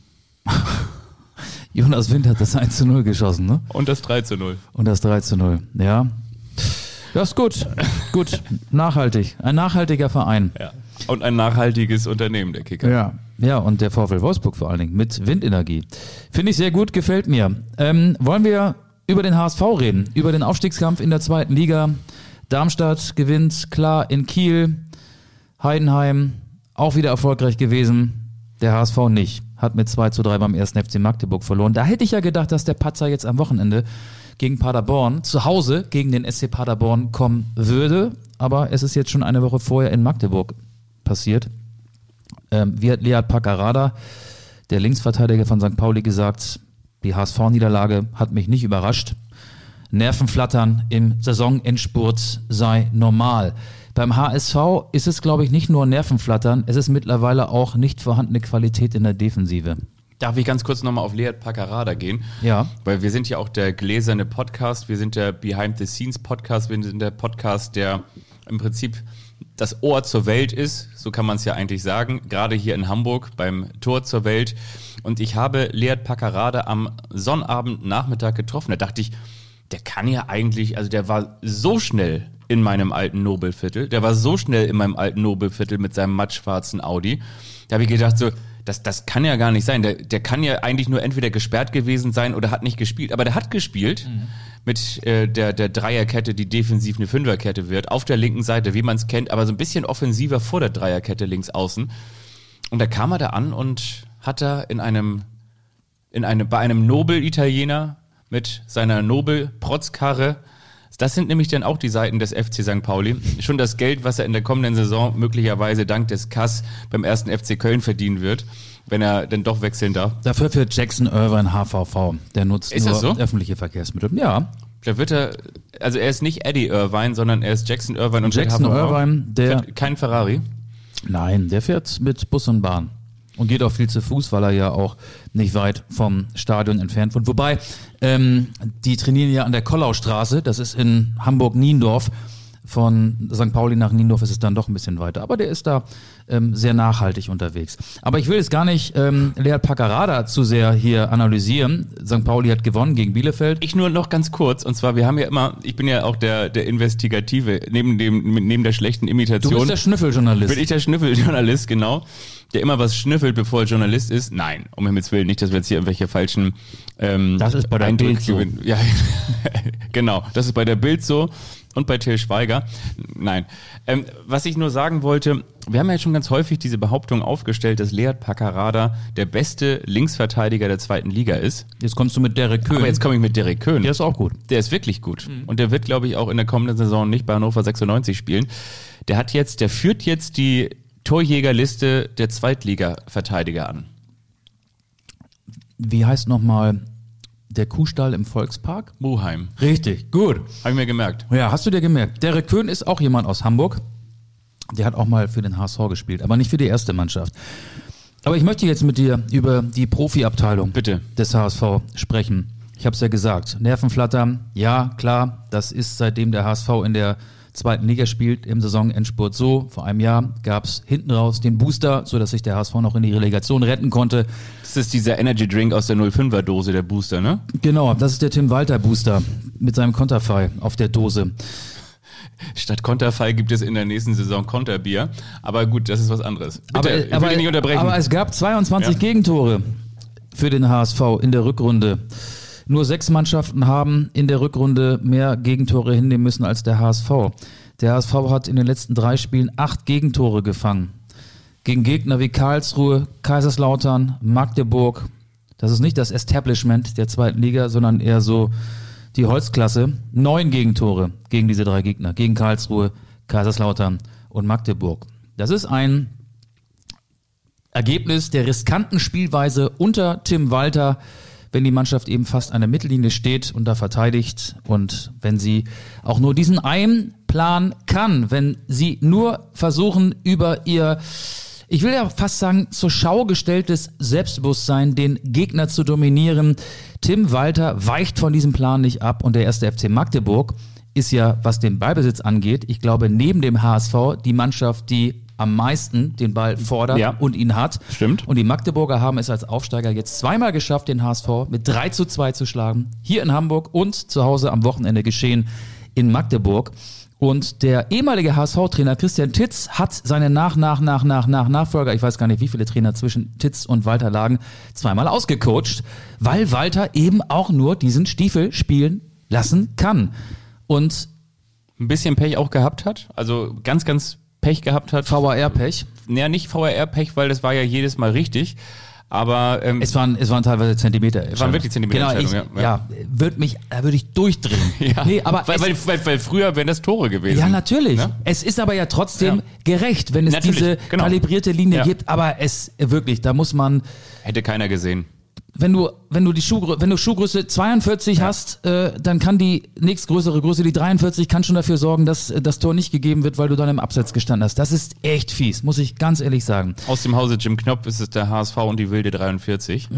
Jonas Wind hat das 1:0 geschossen, ne? Und das 3:0. Und das 3:0, ja. Das ist gut. Gut. Nachhaltig. Ein nachhaltiger Verein. Ja. Und ein nachhaltiges Unternehmen, der Kicker. Ja. Ja, und der VfL Wolfsburg vor allen Dingen mit Windenergie. Finde ich sehr gut, gefällt mir. Wollen wir über den HSV reden, über den Aufstiegskampf in der 2. Liga. Darmstadt gewinnt klar in Kiel, Heidenheim auch wieder erfolgreich gewesen, der HSV nicht, hat mit 2:3 beim 1. FC Magdeburg verloren. Da hätte ich ja gedacht, dass der Patzer jetzt am Wochenende gegen Paderborn zu Hause gegen den SC Paderborn kommen würde, aber es ist jetzt schon eine Woche vorher in Magdeburg passiert. Wie hat Lead Paccarada, der Linksverteidiger von St. Pauli, gesagt, die HSV-Niederlage hat mich nicht überrascht. Nervenflattern im Saisonendspurt sei normal. Beim HSV ist es, glaube ich, nicht nur Nervenflattern, es ist mittlerweile auch nicht vorhandene Qualität in der Defensive. Darf ich ganz kurz nochmal auf Lead Paccarada gehen? Ja. Weil wir sind ja auch der gläserne Podcast, wir sind der Behind-the-Scenes-Podcast, wir sind der Podcast, der im Prinzip das Ohr zur Welt ist, so kann man es ja eigentlich sagen, gerade hier in Hamburg beim Tor zur Welt. Und ich habe Lead Paccarada am Sonnabendnachmittag getroffen. Da dachte ich, der kann ja eigentlich, also der war so schnell in meinem alten Nobelviertel, mit seinem mattschwarzen Audi. Da habe ich gedacht so, das kann ja gar nicht sein. Der kann ja eigentlich nur entweder gesperrt gewesen sein oder hat nicht gespielt. Aber der hat gespielt mit der Dreierkette, die defensiv eine Fünferkette wird, auf der linken Seite, wie man es kennt, aber so ein bisschen offensiver vor der Dreierkette links außen. Und da kam er da an und hat da bei einem Nobel-Italiener mit seiner Nobel-Protzkarre, das sind nämlich dann auch die Seiten des FC St. Pauli, schon das Geld, was er in der kommenden Saison möglicherweise dank des Kass beim 1. FC Köln verdienen wird, wenn er dann doch wechseln darf. Dafür für Jackson Irvine HVV, der nutzt ist nur das so? Öffentliche Verkehrsmittel. Ja. Da wird er ist nicht Eddie Irvine, sondern er ist Jackson Irvine und Jackson Irvine, der kein Ferrari. Nein, der fährt mit Bus und Bahn. Und geht auch viel zu Fuß, weil er ja auch nicht weit vom Stadion entfernt wohnt. Wobei, die trainieren ja an der Kollaustraße, das ist in Hamburg-Niendorf. Von St. Pauli nach Niendorf ist es dann doch ein bisschen weiter. Aber der ist da sehr nachhaltig unterwegs. Aber ich will jetzt gar nicht Lead Paccarada zu sehr hier analysieren. St. Pauli hat gewonnen gegen Bielefeld. Ich nur noch ganz kurz, und zwar, wir haben ja immer, ich bin ja auch der Investigative, neben der schlechten Imitation. Du bist der Schnüffeljournalist. Bin ich der Schnüffeljournalist, genau. Der immer was schnüffelt, bevor er Journalist ist. Nein, um Himmels Willen, nicht, dass wir jetzt hier irgendwelche falschen das ist bei der Bild so. Ja, genau, das ist bei der Bild so und bei Till Schweiger. Nein, was ich nur sagen wollte, wir haben ja jetzt schon ganz häufig diese Behauptung aufgestellt, dass Lead Paccarada der beste Linksverteidiger der 2. Liga ist. Jetzt kommst du mit Derek Köhn. Aber jetzt komme ich mit Derek Köhn. Der ist auch gut. Der ist wirklich gut. Und der wird, glaube ich, auch in der kommenden Saison nicht bei Hannover 96 spielen. Der führt jetzt die Torjägerliste der Zweitliga-Verteidiger an. Wie heißt nochmal der Kuhstall im Volkspark? Muheim. Richtig, gut. Habe ich mir gemerkt. Ja, hast du dir gemerkt. Derek Köhn ist auch jemand aus Hamburg. Der hat auch mal für den HSV gespielt, aber nicht für die erste Mannschaft. Aber ich möchte jetzt mit dir über die Profiabteilung des HSV sprechen. Ich habe es ja gesagt, Nervenflattern, ja klar, das ist seitdem der HSV in der 2. Liga spielt, im Saisonendspurt so. Vor einem Jahr gab es hinten raus den Booster, sodass sich der HSV noch in die Relegation retten konnte. Das ist dieser Energy Drink aus der 05er Dose, der Booster, ne? Genau, das ist der Tim Walter Booster mit seinem Konterfei auf der Dose. Statt Konterfei gibt es in der nächsten Saison Konterbier. Aber gut, das ist was anderes. Bitte, aber, ich will dich nicht unterbrechen. Aber es gab 22 Gegentore für den HSV in der Rückrunde. Nur 6 Mannschaften haben in der Rückrunde mehr Gegentore hinnehmen müssen als der HSV. Der HSV hat in den letzten 3 Spielen 8 Gegentore gefangen. Gegen Gegner wie Karlsruhe, Kaiserslautern, Magdeburg. Das ist nicht das Establishment der 2. Liga, sondern eher so die Holzklasse. 9 Gegentore gegen diese 3 Gegner. Gegen Karlsruhe, Kaiserslautern und Magdeburg. Das ist ein Ergebnis der riskanten Spielweise unter Tim Walter, wenn die Mannschaft eben fast an der Mittellinie steht und da verteidigt und wenn sie auch nur diesen einen Plan kann, wenn sie nur versuchen, über ihr, ich will ja fast sagen, zur Schau gestelltes Selbstbewusstsein den Gegner zu dominieren. Tim Walter weicht von diesem Plan nicht ab und der 1. FC Magdeburg ist ja, was den Ballbesitz angeht, ich glaube, neben dem HSV die Mannschaft, die am meisten den Ball fordert und ihn hat. Stimmt. Und die Magdeburger haben es als Aufsteiger jetzt 2-mal geschafft, den HSV mit 3:2 zu schlagen. Hier in Hamburg und zu Hause am Wochenende geschehen in Magdeburg. Und der ehemalige HSV-Trainer Christian Titz hat seine Nachfolger, ich weiß gar nicht, wie viele Trainer zwischen Titz und Walter lagen, zweimal ausgecoacht, weil Walter eben auch nur diesen Stiefel spielen lassen kann. Und ein bisschen Pech auch gehabt hat, also ganz, ganz Pech gehabt hat. VAR-Pech? Naja, nicht VAR-Pech, weil das war ja jedes Mal richtig. Aber es waren teilweise Zentimeter. Es waren wirklich Zentimeter. Genau, da würde ich durchdrehen. Ja. Nee, aber weil früher wären das Tore gewesen. Ja, natürlich. Ne? Es ist aber ja trotzdem gerecht, wenn es diese kalibrierte Linie gibt. Aber es wirklich, da muss man. Hätte keiner gesehen. Wenn du Schuhgröße 42 hast, dann kann die nächstgrößere Größe, die 43, kann schon dafür sorgen, dass das Tor nicht gegeben wird, weil du dann im Abseits gestanden hast. Das ist echt fies, muss ich ganz ehrlich sagen. Aus dem Hause Jim Knopf ist es der HSV und die wilde 43.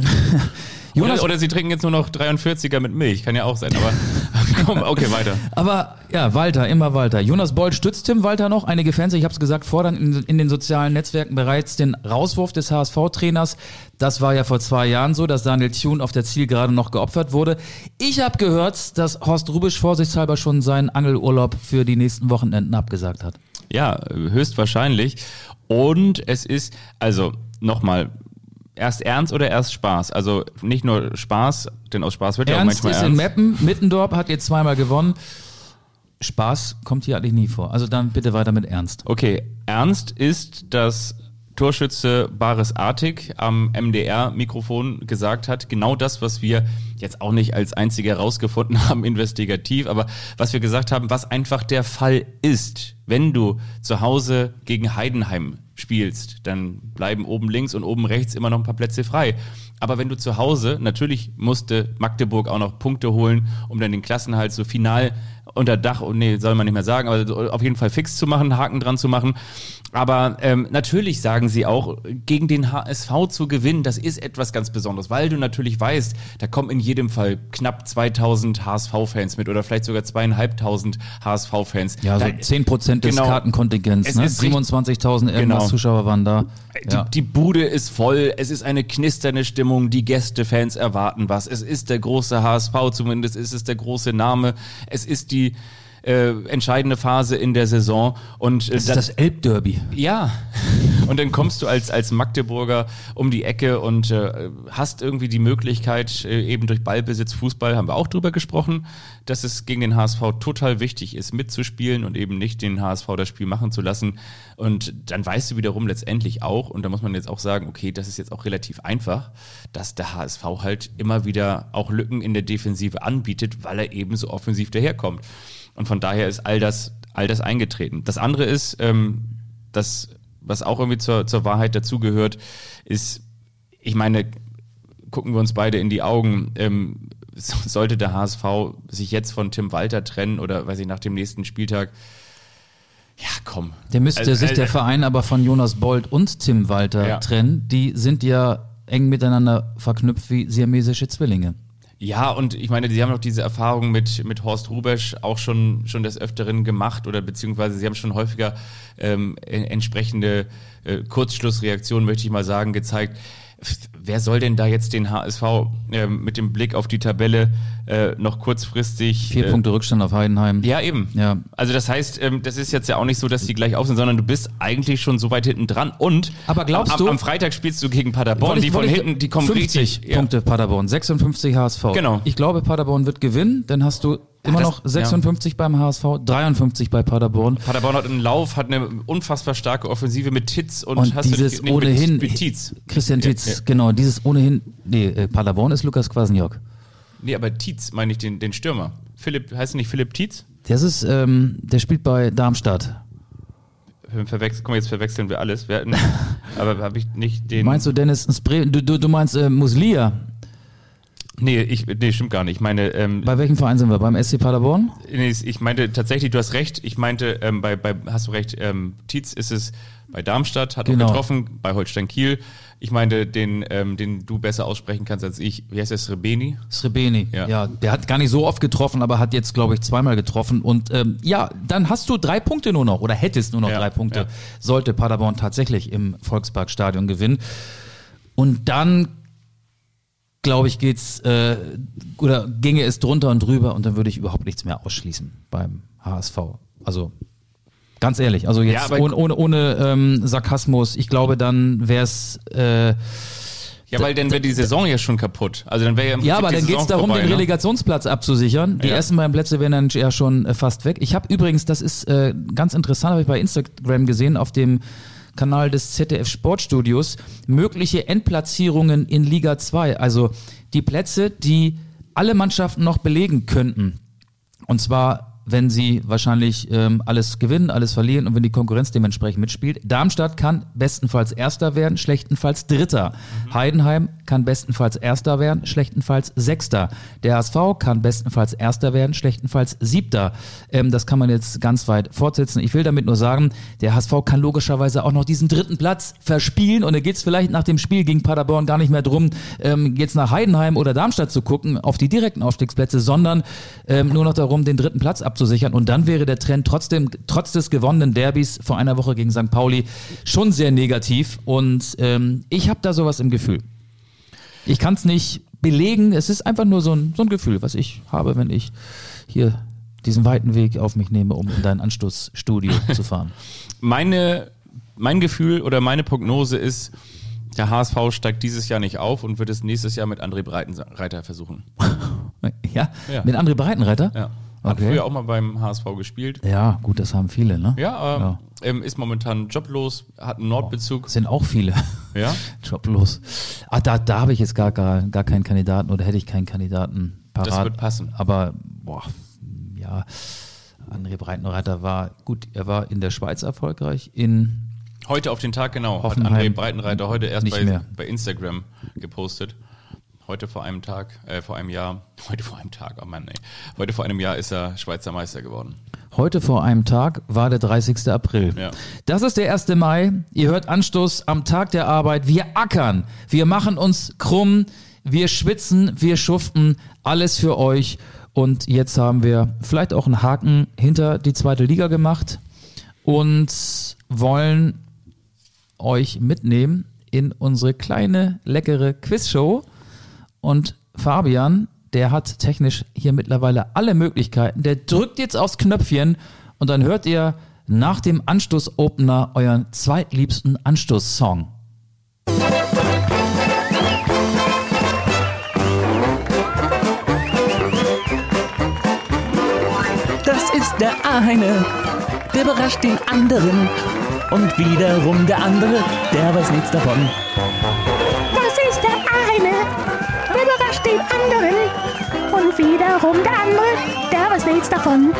Oder sie trinken jetzt nur noch 43er mit Milch, kann ja auch sein, aber komm, okay, weiter. Aber ja, Walter, immer Walter. Jonas Bold stützt Tim Walter noch. Einige Fans, ich habe es gesagt, fordern in den sozialen Netzwerken bereits den Rauswurf des HSV-Trainers. Das war ja vor 2 Jahren so, dass Daniel Thune auf der Zielgerade noch geopfert wurde. Ich habe gehört, dass Horst Rubisch vorsichtshalber schon seinen Angelurlaub für die nächsten Wochenenden abgesagt hat. Ja, höchstwahrscheinlich. Und es ist, also nochmal, erst Ernst oder erst Spaß? Also nicht nur Spaß, denn aus Spaß wird ja auch manchmal ernst. Ernst ist in Meppen, Mittendorf hat jetzt 2-mal gewonnen. Spaß kommt hier eigentlich nie vor. Also dann bitte weiter mit Ernst. Okay, Ernst ist, dass Torschütze Baris Artig am MDR-Mikrofon gesagt hat, genau das, was wir jetzt auch nicht als einzige herausgefunden haben, investigativ, aber was wir gesagt haben, was einfach der Fall ist. Wenn du zu Hause gegen Heidenheim spielst, dann bleiben oben links und oben rechts immer noch ein paar Plätze frei. Aber wenn du zu Hause, natürlich musste Magdeburg auch noch Punkte holen, um dann den Klassenhalt so final unter Dach, soll man nicht mehr sagen, aber auf jeden Fall fix zu machen, Haken dran zu machen. Aber natürlich sagen sie auch, gegen den HSV zu gewinnen, das ist etwas ganz Besonderes, weil du natürlich weißt, da kommen in jedem Fall knapp 2000 HSV-Fans mit oder vielleicht sogar 2500 HSV-Fans. Ja, so 10% des Kartenkontingents, ne? 27.000 irgendwas Zuschauer waren da. Die Bude ist voll, es ist eine knisternde Stimmung, die Gästefans erwarten was. Es ist der große HSV, zumindest ist es der große Name. Es ist die entscheidende Phase in der Saison. Und das ist das Elbderby. Ja. Und dann kommst du als Magdeburger um die Ecke und hast irgendwie die Möglichkeit, eben durch Ballbesitz, Fußball, haben wir auch drüber gesprochen, dass es gegen den HSV total wichtig ist, mitzuspielen und eben nicht den HSV das Spiel machen zu lassen. Und dann weißt du wiederum letztendlich auch, und da muss man jetzt auch sagen, okay, das ist jetzt auch relativ einfach, dass der HSV halt immer wieder auch Lücken in der Defensive anbietet, weil er eben so offensiv daherkommt. Und von daher ist all das eingetreten. Das andere ist, das, was auch irgendwie zur Wahrheit dazugehört, ist, ich meine, gucken wir uns beide in die Augen, sollte der HSV sich jetzt von Tim Walter trennen oder, weiß ich, nach dem nächsten Spieltag, ja, komm. Der müsste sich der Verein aber von Jonas Bold und Tim Walter trennen. Die sind ja eng miteinander verknüpft wie siamesische Zwillinge. Ja, und ich meine, sie haben noch diese Erfahrung mit Horst Rubesch auch schon des Öfteren gemacht oder beziehungsweise sie haben schon häufiger entsprechende Kurzschlussreaktionen, möchte ich mal sagen, gezeigt. Wer soll denn da jetzt den HSV mit dem Blick auf die Tabelle noch kurzfristig... 4 Punkte Rückstand auf Heidenheim. Ja, eben. Ja. Also das heißt, das ist jetzt ja auch nicht so, dass die gleich auf sind, sondern du bist eigentlich schon so weit hinten dran. Und aber glaubst du, am Freitag spielst du gegen Paderborn, die von hinten, die kommen 50 richtig... Punkte Paderborn, 56 HSV. Genau. Ich glaube, Paderborn wird gewinnen, dann hast du immer noch 56 beim HSV, 53 bei Paderborn. Paderborn hat einen Lauf, hat eine unfassbar starke Offensive mit Titz und hast dieses du ohnehin mit Tietz. Christian Tietz, genau, dieses ohnehin, Paderborn ist Lukas Kwasniok. Nee, aber Tietz meine ich den Stürmer. Heißt nicht Philipp Tietz? Das ist, der spielt bei Darmstadt. Jetzt verwechseln wir alles. Aber habe ich nicht den... Meinst du Dennis du meinst Muslia? Nee, stimmt gar nicht. Ich meine, bei welchem Verein sind wir? Beim SC Paderborn? Nee, ich meinte tatsächlich, du hast recht. Ich meinte, hast du recht, Tietz ist es bei Darmstadt, hat auch getroffen, bei Holstein Kiel. Ich meinte den du besser aussprechen kannst als ich. Wie heißt der? Srebeni? Srebeni, ja. Der hat gar nicht so oft getroffen, aber hat jetzt, glaube ich, 2-mal getroffen. Und dann hast du 3 Punkte nur noch oder hättest nur noch 3 Punkte, sollte Paderborn tatsächlich im Volksparkstadion gewinnen. Und dann glaube ich, ginge es drunter und drüber und dann würde ich überhaupt nichts mehr ausschließen beim HSV. Also ganz ehrlich, also jetzt ohne Sarkasmus, ich glaube, dann wäre es... weil dann wäre die Saison ja schon kaputt. Also dann wäre ja im Prinzip aber dann geht es darum, vorbei, den Relegationsplatz abzusichern. Die ersten beiden Plätze wären dann ja schon fast weg. Ich habe übrigens, das ist ganz interessant, habe ich bei Instagram gesehen, auf dem Kanal des ZDF Sportstudios, mögliche Endplatzierungen in Liga 2. Also die Plätze, die alle Mannschaften noch belegen könnten. Und zwar, wenn sie wahrscheinlich alles gewinnen, alles verlieren und wenn die Konkurrenz dementsprechend mitspielt. Darmstadt kann bestenfalls Erster werden, schlechtenfalls Dritter. Heidenheim kann bestenfalls Erster werden, schlechtenfalls Sechster. Der HSV kann bestenfalls Erster werden, schlechtenfalls Siebter. Das kann man jetzt ganz weit fortsetzen. Ich will damit nur sagen, der HSV kann logischerweise auch noch diesen 3. Platz verspielen und da geht es vielleicht nach dem Spiel gegen Paderborn gar nicht mehr drum, jetzt nach Heidenheim oder Darmstadt zu gucken, auf die direkten Aufstiegsplätze, sondern nur noch darum, den 3. Platz abzusichern. Und dann wäre der Trend trotzdem, trotz des gewonnenen Derbys vor einer Woche gegen St. Pauli, schon sehr negativ. Und ich habe da sowas im Gefühl. Ich kann es nicht belegen. Es ist einfach nur so ein Gefühl, was ich habe, wenn ich hier diesen weiten Weg auf mich nehme, um in dein Anstoßstudio zu fahren. Mein Gefühl oder meine Prognose ist, der HSV steigt dieses Jahr nicht auf und wird es nächstes Jahr mit André Breitenreiter versuchen. Ja? Mit André Breitenreiter? Ja. Hat früher auch mal beim HSV gespielt. Ja, gut, das haben viele, ne? Ja, ist momentan joblos, hat einen Nordbezug. Sind auch viele. Ja? Joblos. Da habe ich jetzt gar keinen Kandidaten oder hätte ich keinen Kandidaten parat. Das wird passen. Aber, André Breitenreiter war er in der Schweiz erfolgreich, heute auf den Tag, genau. Hoffenheim, hat André Breitenreiter heute erst bei Instagram gepostet. Heute vor einem Jahr ist er Schweizer Meister geworden. Heute vor einem Tag war der 30. April. Ja. Das ist der 1. Mai. Ihr hört Anstoß am Tag der Arbeit. Wir ackern, wir machen uns krumm, wir schwitzen, wir schuften, alles für euch. Und jetzt haben wir vielleicht auch einen Haken hinter die 2. Liga gemacht und wollen euch mitnehmen in unsere kleine, leckere Quizshow. Und Fabian, der hat technisch hier mittlerweile alle Möglichkeiten. Der drückt jetzt aufs Knöpfchen und dann hört ihr nach dem Anstoß-Opener euren zweitliebsten Anstoß-Song. Das ist der eine, der überrascht den anderen. Und wiederum der andere, der weiß nichts davon. Das ist der eine, der überrascht den anderen. Und wiederum der andere, der weiß nichts davon.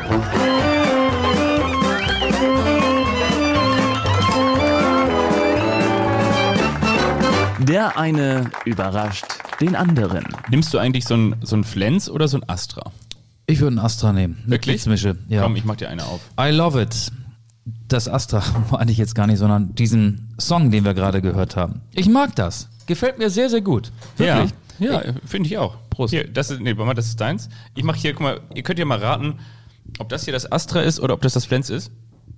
Der eine überrascht den anderen. Nimmst du eigentlich so ein Flens oder so ein Astra? Ich würde einen Astra nehmen. Wirklich? Mische. Ja. Komm, ich mach dir eine auf. I love it. Das Astra meine ich jetzt gar nicht, sondern diesen Song, den wir gerade gehört haben. Ich mag das. Gefällt mir sehr, sehr gut. Wirklich? Ja, finde ich auch. Prost. Hier, das ist deins. Ich mache hier, guck mal, ihr könnt ja mal raten, ob das hier das Astra ist oder ob das Flens ist.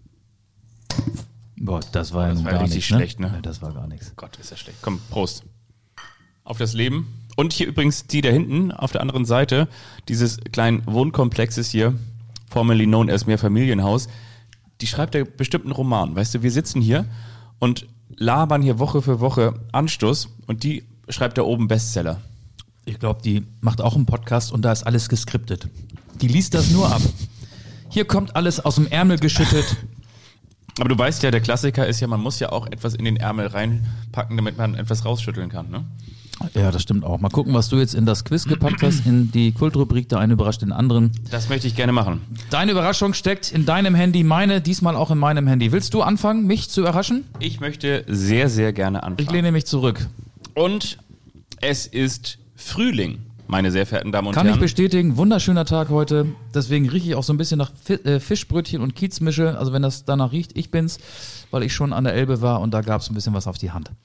Boah, das war Das war gar richtig nichts, schlecht, ne? Ja, das war gar nichts. Gott, ist das schlecht. Komm, Prost. Auf das Leben. Und hier übrigens die da hinten auf der anderen Seite dieses kleinen Wohnkomplexes hier, formerly known as Mehrfamilienhaus, die schreibt ja bestimmt einen Roman. Weißt du, wir sitzen hier und labern hier Woche für Woche Anstoß und die schreibt da oben Bestseller. Ich glaube, die macht auch einen Podcast und da ist alles geskriptet. Die liest das nur ab. Hier kommt alles aus dem Ärmel geschüttet. Aber du weißt ja, der Klassiker ist ja, man muss ja auch etwas in den Ärmel reinpacken, damit man etwas rausschütteln kann, ne? Ja, das stimmt auch. Mal gucken, was du jetzt in das Quiz gepackt hast, in die Kultrubrik, der eine überrascht den anderen. Das möchte ich gerne machen. Deine Überraschung steckt in deinem Handy, meine diesmal auch in meinem Handy. Willst du anfangen, mich zu überraschen? Ich möchte sehr, sehr gerne anfangen. Ich lehne mich zurück. Und es ist Frühling, meine sehr verehrten Damen und Kann Herren. ich bestätigen, wunderschöner Tag heute. Deswegen rieche ich auch so ein bisschen nach Fischbrötchen und Kiezmische. Also wenn das danach riecht, ich bin's, weil ich schon an der Elbe war und da gab es ein bisschen was auf die Hand.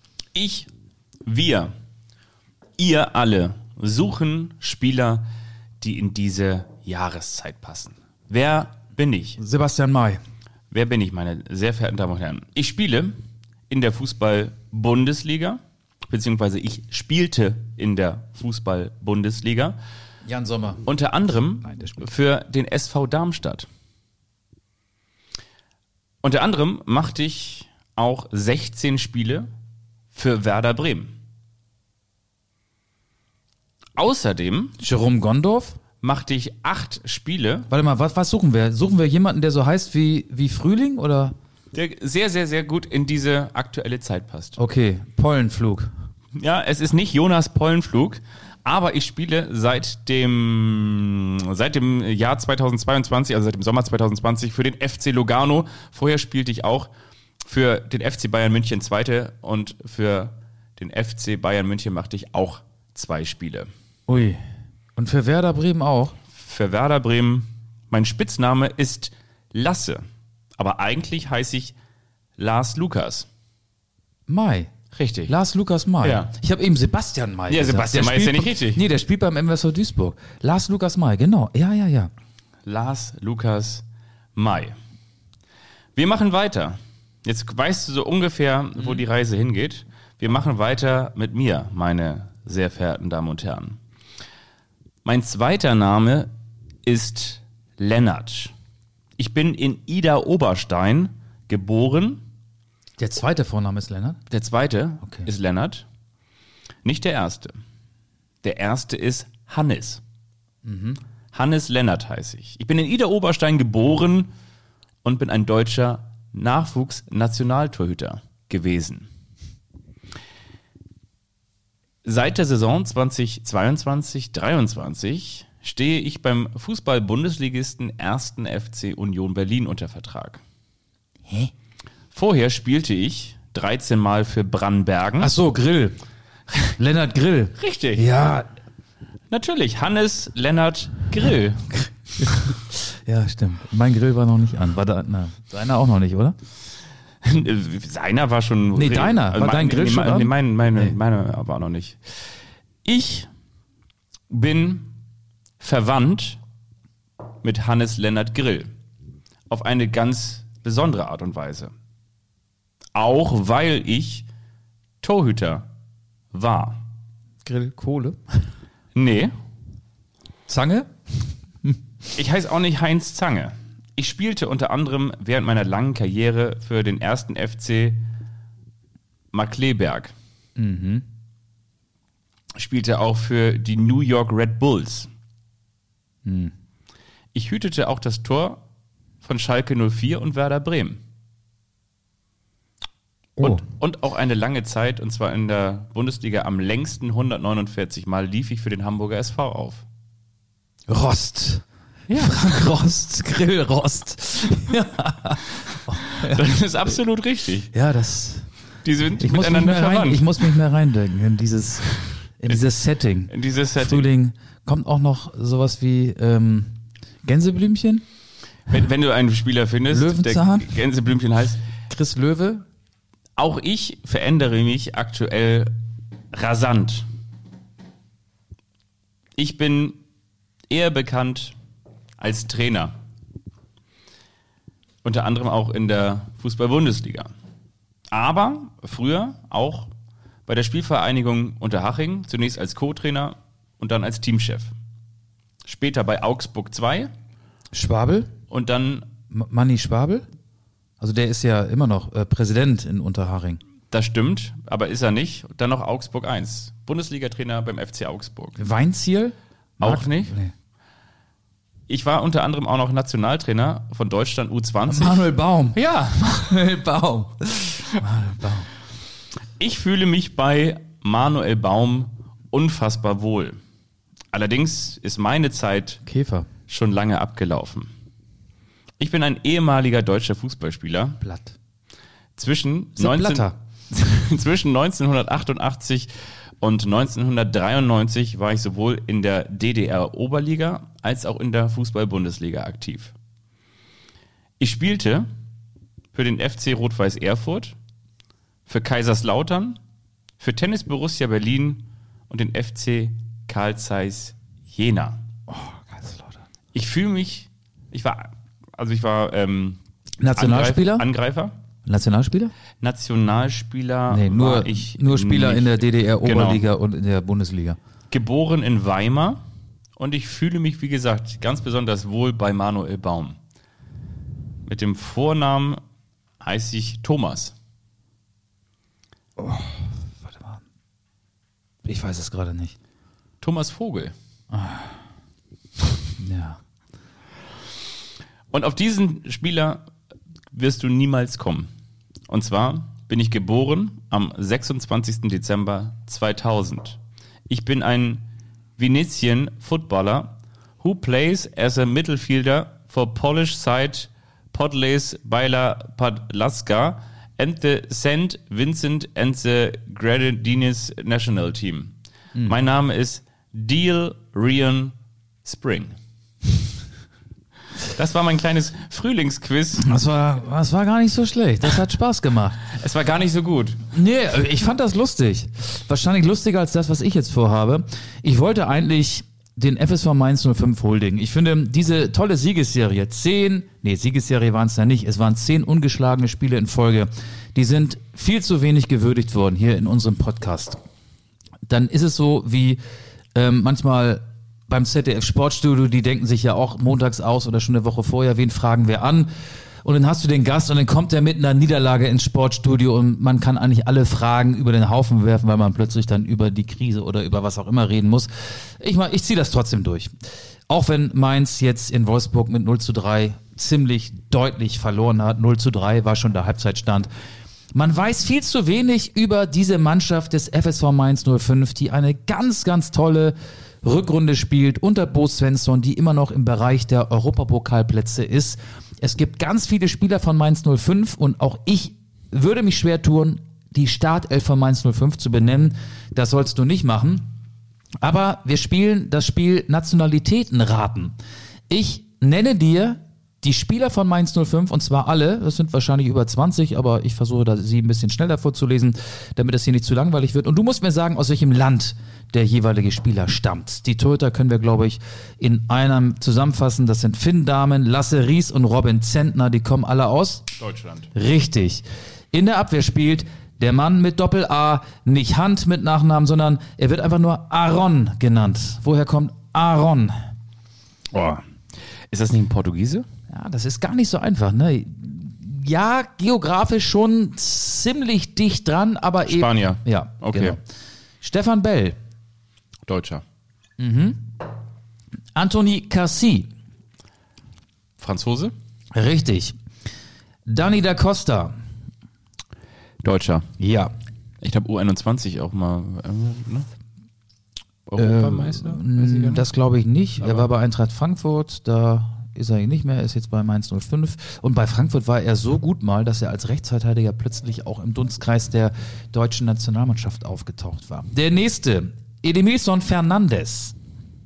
Ihr alle suchen Spieler, die in diese Jahreszeit passen. Wer bin ich? Sebastian May. Wer bin ich, meine sehr verehrten Damen und Herren? Ich spiele in der Fußball-Bundesliga, beziehungsweise ich spielte in der Fußball-Bundesliga. Jan Sommer. Unter anderem Nein, der spielt. für den SV Darmstadt. Unter anderem machte ich auch 16 Spiele für Werder Bremen. Außerdem Jerome Gondorf? machte ich 8 Spiele. Warte mal, was suchen wir? Suchen wir jemanden, der so heißt wie Frühling oder? Der sehr, sehr, sehr gut in diese aktuelle Zeit passt. Okay, Pollenflug. Ja, es ist nicht Jonas Pollenflug, aber ich spiele seit dem Jahr 2022, also seit dem Sommer 2020 für den FC Lugano. Vorher spielte ich auch für den FC Bayern München 2. und für den FC Bayern München machte ich auch 2 Spiele. Ui. Und für Werder Bremen auch? Für Werder Bremen, mein Spitzname ist Lasse, aber eigentlich heiße ich Lars Lukas. May. Richtig. Lars Lukas May. Ja. Ich habe eben Sebastian May Ja, gesagt. Sebastian Der May ist ja spielt nicht richtig. Nee, der spielt beim MSV Duisburg. Lars Lukas May, genau. Ja. Lars Lukas May. Wir machen weiter. Jetzt weißt du so ungefähr, wo die Reise hingeht. Wir machen weiter mit mir, meine sehr verehrten Damen und Herren. Mein zweiter Name ist Lennart. Ich bin in Idar-Oberstein geboren. Der zweite Vorname ist Lennart? Der zweite Okay. ist Lennart. Nicht der erste. Der erste ist Hannes. Hannes Lennart heiße ich. Ich bin in Idar-Oberstein geboren und bin ein deutscher Nachwuchsnationaltorhüter gewesen. Seit der Saison 2022/23 stehe ich beim Fußball-Bundesligisten 1. FC Union Berlin unter Vertrag. Hä? Vorher spielte ich 13 Mal für Brannbergen. Ach so, Grill. Lennart Grill. Richtig. Ja. Natürlich, Hannes Lennart Grill. Ja, stimmt. Mein Grill war noch nicht an. War da, deiner auch noch nicht, oder? Seiner war schon... Nee, deiner. War dein Grill schon an? Nee, meine war noch nicht. Ich bin verwandt mit Hannes Lennart Grill. Auf eine ganz besondere Art und Weise. Auch weil ich Torhüter war. Grill, Kohle. Nee, Zange? ich heiße auch nicht Heinz Zange. Ich spielte unter anderem während meiner langen Karriere für den 1. FC Markkleeberg. Spielte auch für die New York Red Bulls. Ich hütete auch das Tor von Schalke 04 und Werder Bremen. Oh. Und auch eine lange Zeit, und zwar in der Bundesliga am längsten 149 Mal, lief ich für den Hamburger SV auf. Rost. Ja. Frank Rost. Grillrost. Das ist absolut richtig. Ja, das... Die sind Ich muss mich mehr reindenken in dieses Setting. In dieses Setting. Frühling. Kommt auch noch sowas wie Gänseblümchen? Wenn du einen Spieler findest, Löwenzahn? der Gänseblümchen heißt, Chris Löwe? auch ich verändere mich aktuell rasant. Ich bin eher bekannt als Trainer. Unter anderem auch in der Fußball-Bundesliga. Aber früher auch bei der Spielvereinigung Unterhaching, zunächst als Co-Trainer und dann als Teamchef. Später bei Augsburg 2 Schwabel? und dann, Manni Schwabel? Also der ist ja immer noch Präsident in Unterhaching. das stimmt, aber ist er nicht, dann noch Augsburg 1. Bundesliga-Trainer beim FC Augsburg. Weinziel? Auch nicht. Nee. Ich war unter anderem auch noch Nationaltrainer von Deutschland U20. Manuel Baum. Ja, Manuel Baum. Manuel Baum. ich fühle mich bei Manuel Baum unfassbar wohl. Allerdings ist meine Zeit Käfer. schon lange abgelaufen. Ich bin ein ehemaliger deutscher Fußballspieler. Blatt. Zwischen Sepp Blatter. zwischen 1988 und 1993 war ich sowohl in der DDR-Oberliga als auch in der Fußball-Bundesliga aktiv. Ich spielte für den FC Rot-Weiß Erfurt, für Kaiserslautern, für Tennis Borussia Berlin und den FC Carl Zeiss Jena. Kaiserslautern. Ich fühle mich, ich war Nationalspieler? Angreifer. Nationalspieler? Nationalspieler Nee, war ich nur Spieler nicht. in der DDR-Oberliga Genau. und in der Bundesliga. Geboren in Weimar und ich fühle mich, wie gesagt, ganz besonders wohl bei Manuel Baum. Mit dem Vornamen heiße ich Thomas. Warte mal. Ich weiß es gerade nicht. Thomas Vogel. Ja. Und auf diesen Spieler wirst du niemals kommen. Und zwar bin ich geboren am 26. Dezember 2000. Ich bin ein Venetian Footballer who plays as a midfielder for Polish side Podlace Baila Podlaska and the St. Vincent and the Grenadines National Team. Mein Name ist Deal Rian Spring. Das war mein kleines Frühlingsquiz. Das war gar nicht so schlecht. Das hat Spaß gemacht. Es war gar nicht so gut. Nee, ich fand das lustig. Wahrscheinlich lustiger als das, was ich jetzt vorhabe. Ich wollte eigentlich den FSV Mainz 05 Holding. Ich finde, diese tolle Siegesserie, Siegesserie waren es ja nicht, es waren 10 ungeschlagene Spiele in Folge, die sind viel zu wenig gewürdigt worden hier in unserem Podcast. Dann ist es so wie manchmal beim ZDF Sportstudio, die denken sich ja auch montags aus oder schon eine Woche vorher, wen fragen wir an? Und dann hast du den Gast und dann kommt er mit einer Niederlage ins Sportstudio und man kann eigentlich alle Fragen über den Haufen werfen, weil man plötzlich dann über die Krise oder über was auch immer reden muss. Ich ziehe das trotzdem durch. Auch wenn Mainz jetzt in Wolfsburg mit 0:3 ziemlich deutlich verloren hat. 0:3 war schon der Halbzeitstand. Man weiß viel zu wenig über diese Mannschaft des FSV Mainz 05, die eine ganz, ganz tolle Rückrunde spielt unter Bo Svensson, die immer noch im Bereich der Europapokalplätze ist. Es gibt ganz viele Spieler von Mainz 05 und auch ich würde mich schwer tun, die Startelf von Mainz 05 zu benennen. Das sollst du nicht machen. Aber wir spielen das Spiel Nationalitätenraten. Ich nenne dir die Spieler von Mainz 05, und zwar alle, das sind wahrscheinlich über 20, aber ich versuche sie ein bisschen schneller vorzulesen, damit es hier nicht zu langweilig wird. Und du musst mir sagen, aus welchem Land der jeweilige Spieler stammt. Die Torhüter können wir, glaube ich, in einem zusammenfassen. Das sind Finn Dahmen, Lasse Ries und Robin Zentner. Die kommen alle aus Deutschland. Richtig. In der Abwehr spielt der Mann mit Doppel-A, nicht Hand mit Nachnamen, sondern er wird einfach nur Aaron genannt. Woher kommt Aaron? Oh. Ist das nicht ein Portugiese? Ja, das ist gar nicht so einfach, ne? Ja, geografisch schon ziemlich dicht dran, aber eben... Spanier. Ja, okay. Genau. Stefan Bell. Deutscher. Anthony Cassi. Franzose? Richtig. Dani da Costa. Deutscher. Ja. Ich habe U21 auch mal, ne? Europameister? Das glaube ich nicht. Er war bei Eintracht Frankfurt, da ist er nicht mehr, er ist jetzt bei Mainz 05. Und bei Frankfurt war er so gut mal, dass er als Rechtsverteidiger plötzlich auch im Dunstkreis der deutschen Nationalmannschaft aufgetaucht war. Der nächste, Edemilson Fernandes.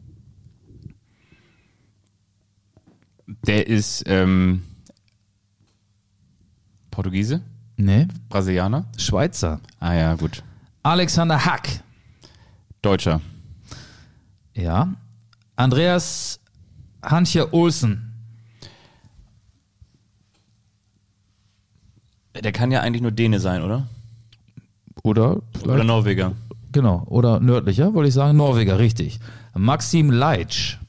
Der ist Portugiese? Nee. Brasilianer? Schweizer. Ah ja, gut. Alexander Hack. Deutscher. Ja. Andreas Hantje Olsen. Der kann ja eigentlich nur Däne sein, oder? Oder Norweger. Genau. Oder nördlicher, wollte ich sagen. Norweger, richtig. Maxim Leitsch.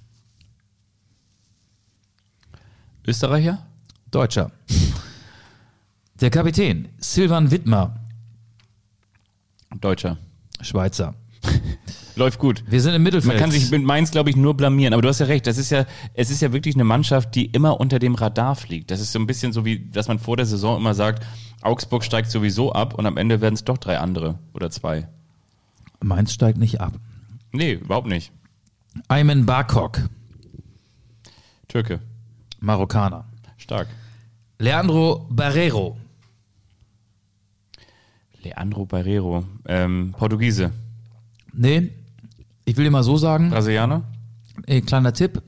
Österreicher? Deutscher. Der Kapitän, Silvan Wittmer. Deutscher. Schweizer. Läuft gut. Wir sind im Mittelfeld. Man kann sich mit Mainz, glaube ich, nur blamieren. Aber du hast ja recht, es ist ja wirklich eine Mannschaft, die immer unter dem Radar fliegt. Das ist so ein bisschen so, wie dass man vor der Saison immer sagt, Augsburg steigt sowieso ab und am Ende werden es doch 3 andere oder 2. Mainz steigt nicht ab. Nee, überhaupt nicht. Aymen Barkok. Türke. Marokkaner. Stark. Leandro Barreiro. Leandro Barreiro. Portugiese. Nee, ich will dir mal so sagen. Brasilianer? Kleiner Tipp.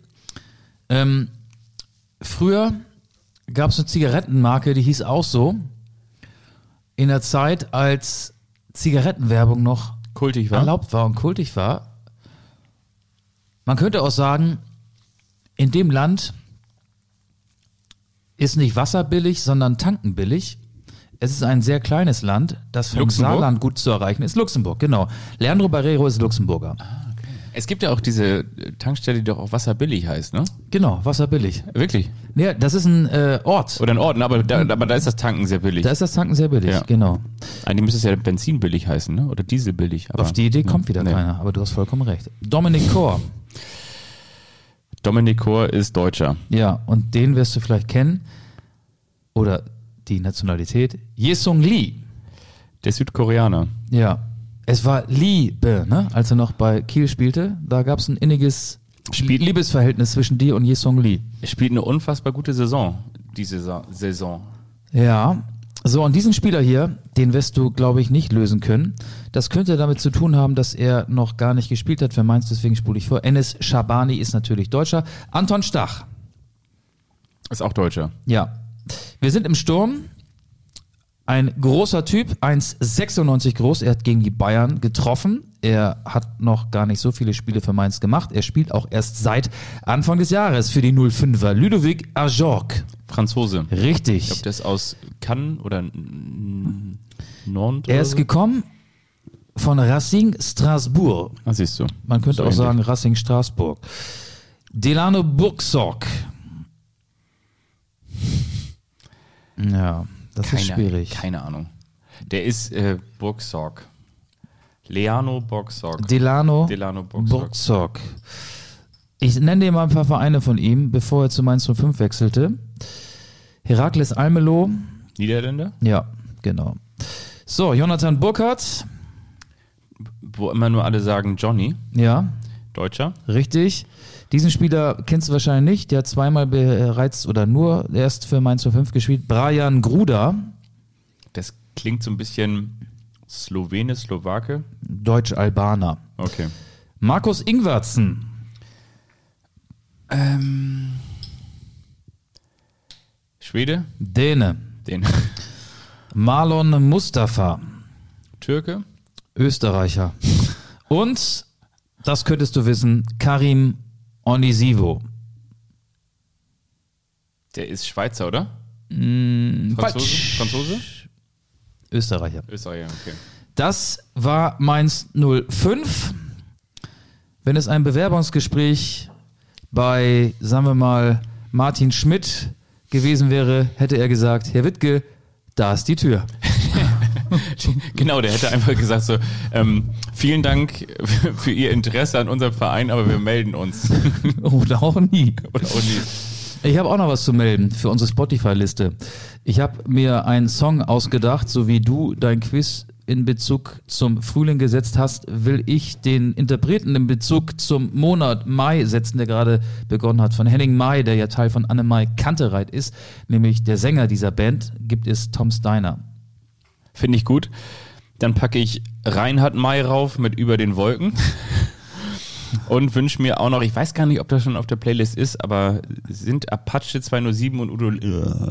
Früher gab es eine Zigarettenmarke, die hieß auch so. In der Zeit, als Zigarettenwerbung noch kultig war. Erlaubt war und kultig war. Man könnte auch sagen, in dem Land ist nicht Wasser billig, sondern Tanken billig. Es ist ein sehr kleines Land, das vom Luxemburg? Saarland gut zu erreichen ist. Luxemburg, genau. Leandro Barreiro ist Luxemburger. Ah, okay. Es gibt ja auch diese Tankstelle, die doch auch wasserbillig heißt, ne? Genau, wasserbillig. Wirklich? Ja, das ist ein Ort. Oder ein Ort, ne? aber da ist das Tanken sehr billig. Da ist das Tanken sehr billig, Ja. genau. Eigentlich müsste es ja Benzin billig heißen, ne? Oder Diesel billig. Aber Auf die Idee kommt wieder keiner, aber du hast vollkommen recht. Dominic Kor. Dominic Kor ist Deutscher. Ja, und den wirst du vielleicht kennen. Oder die Nationalität. Yesung Lee. Der Südkoreaner. Ja. Es war Liebe, ne? Als er noch bei Kiel spielte. Da gab es ein inniges Liebesverhältnis zwischen dir und Yesung Lee. Er spielt eine unfassbar gute Saison, diese Saison. Ja. So, und diesen Spieler hier, den wirst du, glaube ich, nicht lösen können. Das könnte damit zu tun haben, dass er noch gar nicht gespielt hat für Mainz, deswegen spule ich vor. Enes Schabani ist natürlich Deutscher. Anton Stach. Ist auch Deutscher. Ja. Wir sind im Sturm. Ein großer Typ, 1,96 groß. Er hat gegen die Bayern getroffen. Er hat noch gar nicht so viele Spiele für Mainz gemacht. Er spielt auch erst seit Anfang des Jahres für die 05er. Ludovic Ajorc. Franzose. Richtig. Ich glaube, der ist aus Cannes oder Nantes. Er ist gekommen von Racing Strasbourg. Ah, siehst du. Man könnte So auch ähnlich. sagen Racing Straßburg. Delano Burgsorg. Ja, das ist schwierig. Keine Ahnung. Der ist Burgsorg. Leano Burgsorg. Delano Burgsorg. Burgsorg. Ich nenne dir mal ein paar Vereine von ihm, bevor er zu Mainz 05 wechselte. Herakles Almelo. Niederländer? Ja, genau. So, Jonathan Burkhardt. Wo immer nur alle sagen Johnny. Ja, Deutscher. richtig. Diesen Spieler kennst du wahrscheinlich nicht. Der hat zweimal bereits oder nur erst für Mainz 05 gespielt. Brian Gruda. Das klingt so ein bisschen Slowene, Slowake. Deutsch-Albaner. Okay. Markus Ingwertsen. Schwede? Däne. Den. Marlon Mustafa. Türke? Österreicher. Und, das könntest du wissen, Karim Onisivo. Der ist Schweizer, oder? Falsch. Franzose? Österreicher. Österreicher, okay. Das war Mainz 05. Wenn es ein Bewerbungsgespräch bei, sagen wir mal, Martin Schmidt gewesen wäre, hätte er gesagt, Herr Wittke, da ist die Tür. Genau, der hätte einfach gesagt so, vielen Dank für Ihr Interesse an unserem Verein, aber wir melden uns. Oder auch nie. Oder auch nie. Ich habe auch noch was zu melden für unsere Spotify-Liste. Ich habe mir einen Song ausgedacht, so wie du dein Quiz in Bezug zum Frühling gesetzt hast, will ich den Interpreten in Bezug zum Monat Mai setzen, der gerade begonnen hat. Von Henning May, der ja Teil von Annemai Kantereit ist, nämlich der Sänger dieser Band, gibt es Tom Steiner. Finde ich gut. Dann packe ich Reinhard May rauf mit Über den Wolken. Und wünsche mir auch noch, ich weiß gar nicht, ob das schon auf der Playlist ist, aber sind Apache 207 und Udo...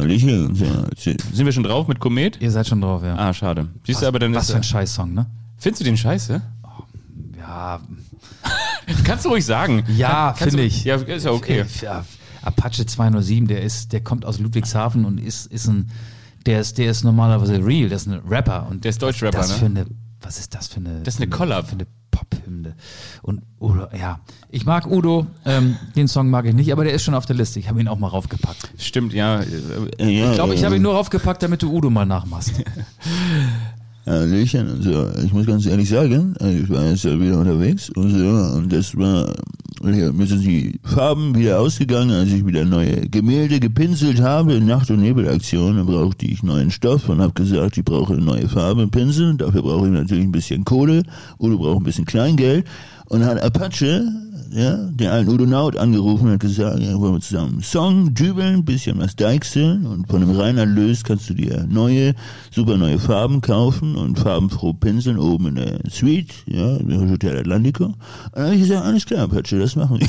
Sind wir schon drauf mit Komet? Ihr seid schon drauf, ja. Ah, schade. Siehst du, aber dann Was ist... für ein Scheiß-Song, ne? Findest du den scheiße? Ja, Kannst du ruhig sagen. ja Kannst finde du- ich. Ja, ist ja okay. Ja, Apache 207, der kommt aus Ludwigshafen und der ist normalerweise real, der ist ein Rapper. Und Der ist Deutschrapper, was ist das für eine... Das ist eine Collab. Für eine Pop-Hymne. Und Udo, ja. Ich mag Udo, den Song mag ich nicht, aber der ist schon auf der Liste. Ich habe ihn auch mal raufgepackt. Stimmt, ja. Ich glaube, ich habe ihn nur raufgepackt, damit du Udo mal nachmachst. Hallöchen und so. Ich muss ganz ehrlich sagen, ich war jetzt ja wieder unterwegs und so, und das war, mir sind die Farben wieder ausgegangen, als ich wieder neue Gemälde gepinselt habe in Nacht- und Nebelaktion. Da brauchte ich neuen Stoff und habe gesagt, ich brauche neue Farbe, Pinsel. Dafür brauche ich natürlich ein bisschen Kohle. Udo braucht ein bisschen Kleingeld. Und hat Apache, ja, den alten Udo Naut angerufen und hat gesagt, ja, wollen wir zusammen einen Song dübeln, ein bisschen was deichseln, und von dem Reinerlös kannst du dir super neue Farben kaufen und farbenfroh pinseln oben in der Suite, ja, im Hotel Atlantico. Und dann habe ich gesagt, alles klar, Apache, das machen wir.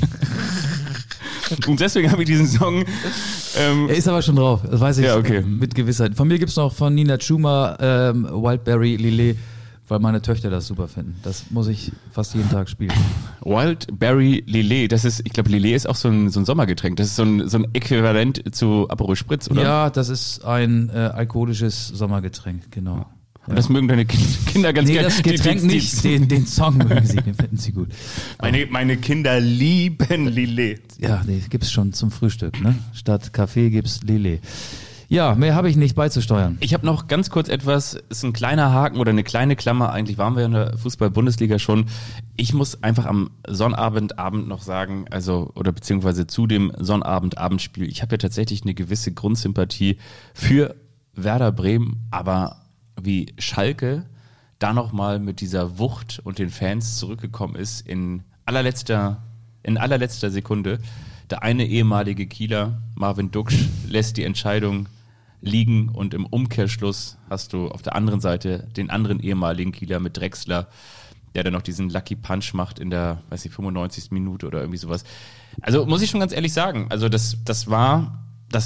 Und deswegen habe ich diesen Song... Er ist aber schon drauf, das weiß ich Ja, okay. mit Gewissheit. Von mir gibt's noch von Nina Schumer Wildberry Lillet, weil meine Töchter das super finden. Das muss ich fast jeden Tag spielen. Wildberry Lillet, das ist, ich glaube, Lillet ist auch so ein Sommergetränk. Das ist so ein Äquivalent zu Aperol Spritz, oder? Ja, das ist ein alkoholisches Sommergetränk, genau. Und das mögen deine Kinder ganz gerne. Nee, das Getränk nicht, den Song mögen sie, den finden sie gut. Meine Kinder lieben Lillet. Ja, die gibt's schon zum Frühstück, ne? Statt Kaffee gibt's Lillet. Ja, mehr habe ich nicht beizusteuern. Ich habe noch ganz kurz etwas, ist ein kleiner Haken oder eine kleine Klammer, eigentlich waren wir in der Fußball-Bundesliga schon. Ich muss einfach am Sonnabendabend noch sagen, oder beziehungsweise zu dem Sonnabendabendspiel, ich habe ja tatsächlich eine gewisse Grundsympathie für Werder Bremen, aber wie Schalke da nochmal mit dieser Wucht und den Fans zurückgekommen ist in allerletzter Sekunde. Der eine ehemalige Kieler, Marvin Duksch, lässt die Entscheidung liegen und im Umkehrschluss hast du auf der anderen Seite den anderen ehemaligen Kieler mit Drexler, der dann noch diesen Lucky Punch macht in der, 95. Minute oder irgendwie sowas. Also muss ich schon ganz ehrlich sagen, also das war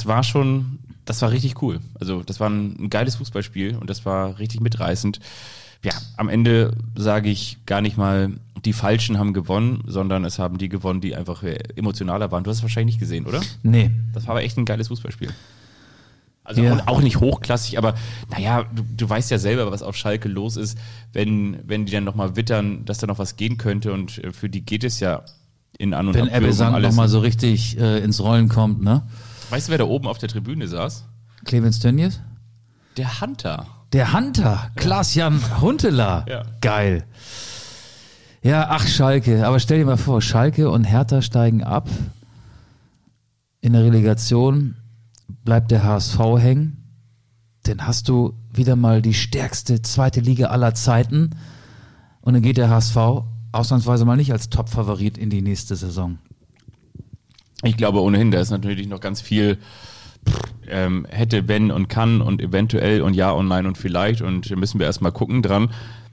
richtig cool. Also das war ein geiles Fußballspiel und das war richtig mitreißend. Ja, am Ende sage ich gar nicht mal, die Falschen haben gewonnen, sondern es haben die gewonnen, die einfach emotionaler waren. Du hast es wahrscheinlich nicht gesehen, oder? Nee. Das war aber echt ein geiles Fußballspiel. Also Ja. auch nicht hochklassig, aber naja, du weißt ja selber, was auf Schalke los ist, wenn die dann nochmal wittern, dass da noch was gehen könnte und für die geht es ja in An- und Wenn Abwürgen Ebbe Sang alles. nochmal so richtig ins Rollen kommt, ne? Weißt du, wer da oben auf der Tribüne saß? Clemens Tönnies? Der Hunter. Der Hunter, Klaas-Jan Huntelaar. Ja. Geil. Ja, ach Schalke. Aber stell dir mal vor, Schalke und Hertha steigen ab. In der Relegation bleibt der HSV hängen. Dann hast du wieder mal die stärkste zweite Liga aller Zeiten. Und dann geht der HSV ausnahmsweise mal nicht als Top-Favorit in die nächste Saison. Ich glaube ohnehin, da ist natürlich noch ganz viel hätte, wenn und kann und eventuell und ja und nein und vielleicht und müssen wir erstmal gucken dran.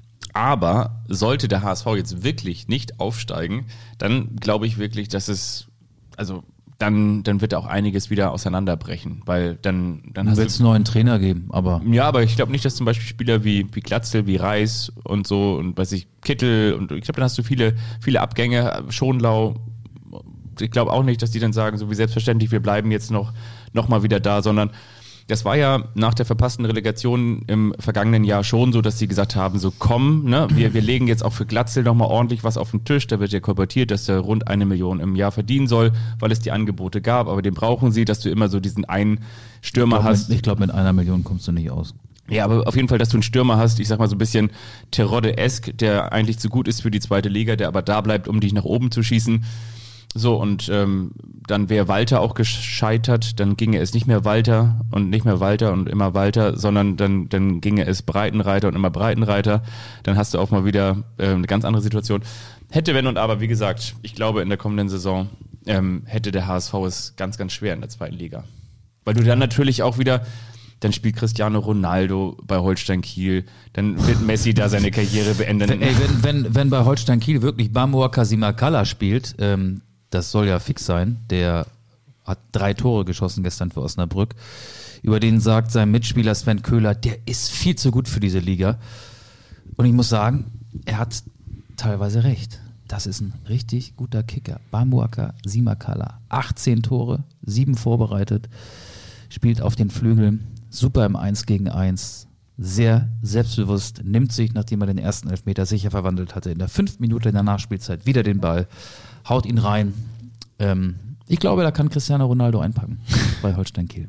Aber sollte der HSV jetzt wirklich nicht aufsteigen, dann glaube ich wirklich, dass es, also dann wird auch einiges wieder auseinanderbrechen, weil dann hast Wird es einen neuen Trainer geben, aber ja, aber ich glaube nicht, dass zum Beispiel Spieler wie Glatzel, wie Reis und so und Kittel und ich glaube, dann hast du viele Abgänge, Schonlau. Ich glaube auch nicht, dass die dann sagen, so wie selbstverständlich, wir bleiben jetzt noch mal wieder da, sondern das war ja nach der verpassten Relegation im vergangenen Jahr schon so, dass sie gesagt haben, so komm, ne, wir legen jetzt auch für Glatzel nochmal ordentlich was auf den Tisch, da wird ja kolportiert, dass er rund 1 Million im Jahr verdienen soll, weil es die Angebote gab, aber den brauchen sie, dass du immer so diesen einen Stürmer hast. ich glaube, mit 1 Million kommst du nicht aus. Ja, aber auf jeden Fall, dass du einen Stürmer hast, ich sag mal so ein bisschen Terodde-esk, der eigentlich zu gut ist für die zweite Liga, der aber da bleibt, um dich nach oben zu schießen. So, und dann wäre Walter auch gescheitert, dann ginge es nicht mehr Walter und immer Walter, sondern dann ginge es Breitenreiter und immer Breitenreiter. Dann hast du auch mal wieder eine ganz andere Situation. Hätte, wenn und aber, wie gesagt, ich glaube, in der kommenden Saison hätte der HSV es ganz, ganz schwer in der zweiten Liga. Weil du dann natürlich auch wieder, dann spielt Cristiano Ronaldo bei Holstein Kiel, dann wird Messi da seine Karriere beenden. Wenn bei Holstein Kiel wirklich Bamouaka Simakala spielt, das soll ja fix sein, der hat 3 Tore geschossen gestern für Osnabrück, über den sagt sein Mitspieler Sven Köhler, der ist viel zu gut für diese Liga. Und ich muss sagen, er hat teilweise recht. Das ist ein richtig guter Kicker. Bamouaka Simakala, 18 Tore, 7 vorbereitet, spielt auf den Flügeln, super im 1 gegen 1, sehr selbstbewusst, nimmt sich, nachdem er den ersten Elfmeter sicher verwandelt hatte, in der 5. Minute in der Nachspielzeit wieder den Ball, haut ihn rein. Ich glaube, da kann Cristiano Ronaldo einpacken bei Holstein Kiel.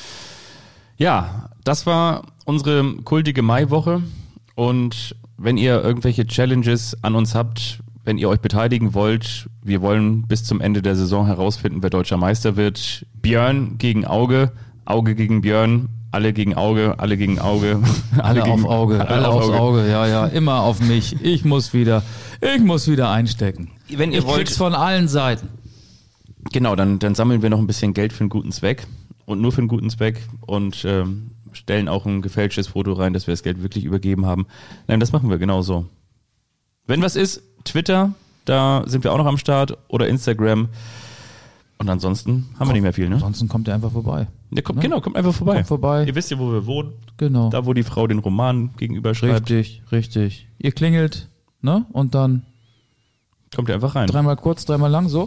Ja, das war unsere kultige Maiwoche und wenn ihr irgendwelche Challenges an uns habt, wenn ihr euch beteiligen wollt, wir wollen bis zum Ende der Saison herausfinden, wer deutscher Meister wird. Björn gegen Auge, Auge gegen Björn, alle gegen Auge, alle gegen Auge. Alle auf Auge, alle aufs Auge, ja, immer auf mich. Ich muss wieder einstecken. Wenn ihr Ich krieg's von allen Seiten. Genau, dann sammeln wir noch ein bisschen Geld für einen guten Zweck und nur für einen guten Zweck und stellen auch ein gefälschtes Foto rein, dass wir das Geld wirklich übergeben haben. Nein, das machen wir genauso. Wenn was ist, Twitter, da sind wir auch noch am Start oder Instagram. Und ansonsten haben wir nicht mehr viel, ne? Ansonsten kommt ihr einfach vorbei. Ja, kommt einfach vorbei. Kommt vorbei. Ihr wisst ja, wo wir wohnen. Genau. Da, wo die Frau den Roman gegenüber schreibt. Richtig. Ihr klingelt, ne? Und dann Kommt ihr einfach rein. 3-mal kurz, 3-mal lang, so.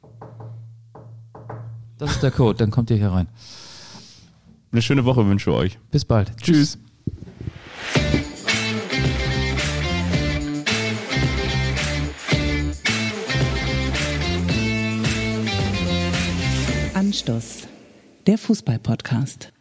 Das ist der Code, dann kommt ihr hier rein. Eine schöne Woche wünsche ich euch. Bis bald. Tschüss. Anstoß, der Fußball-Podcast.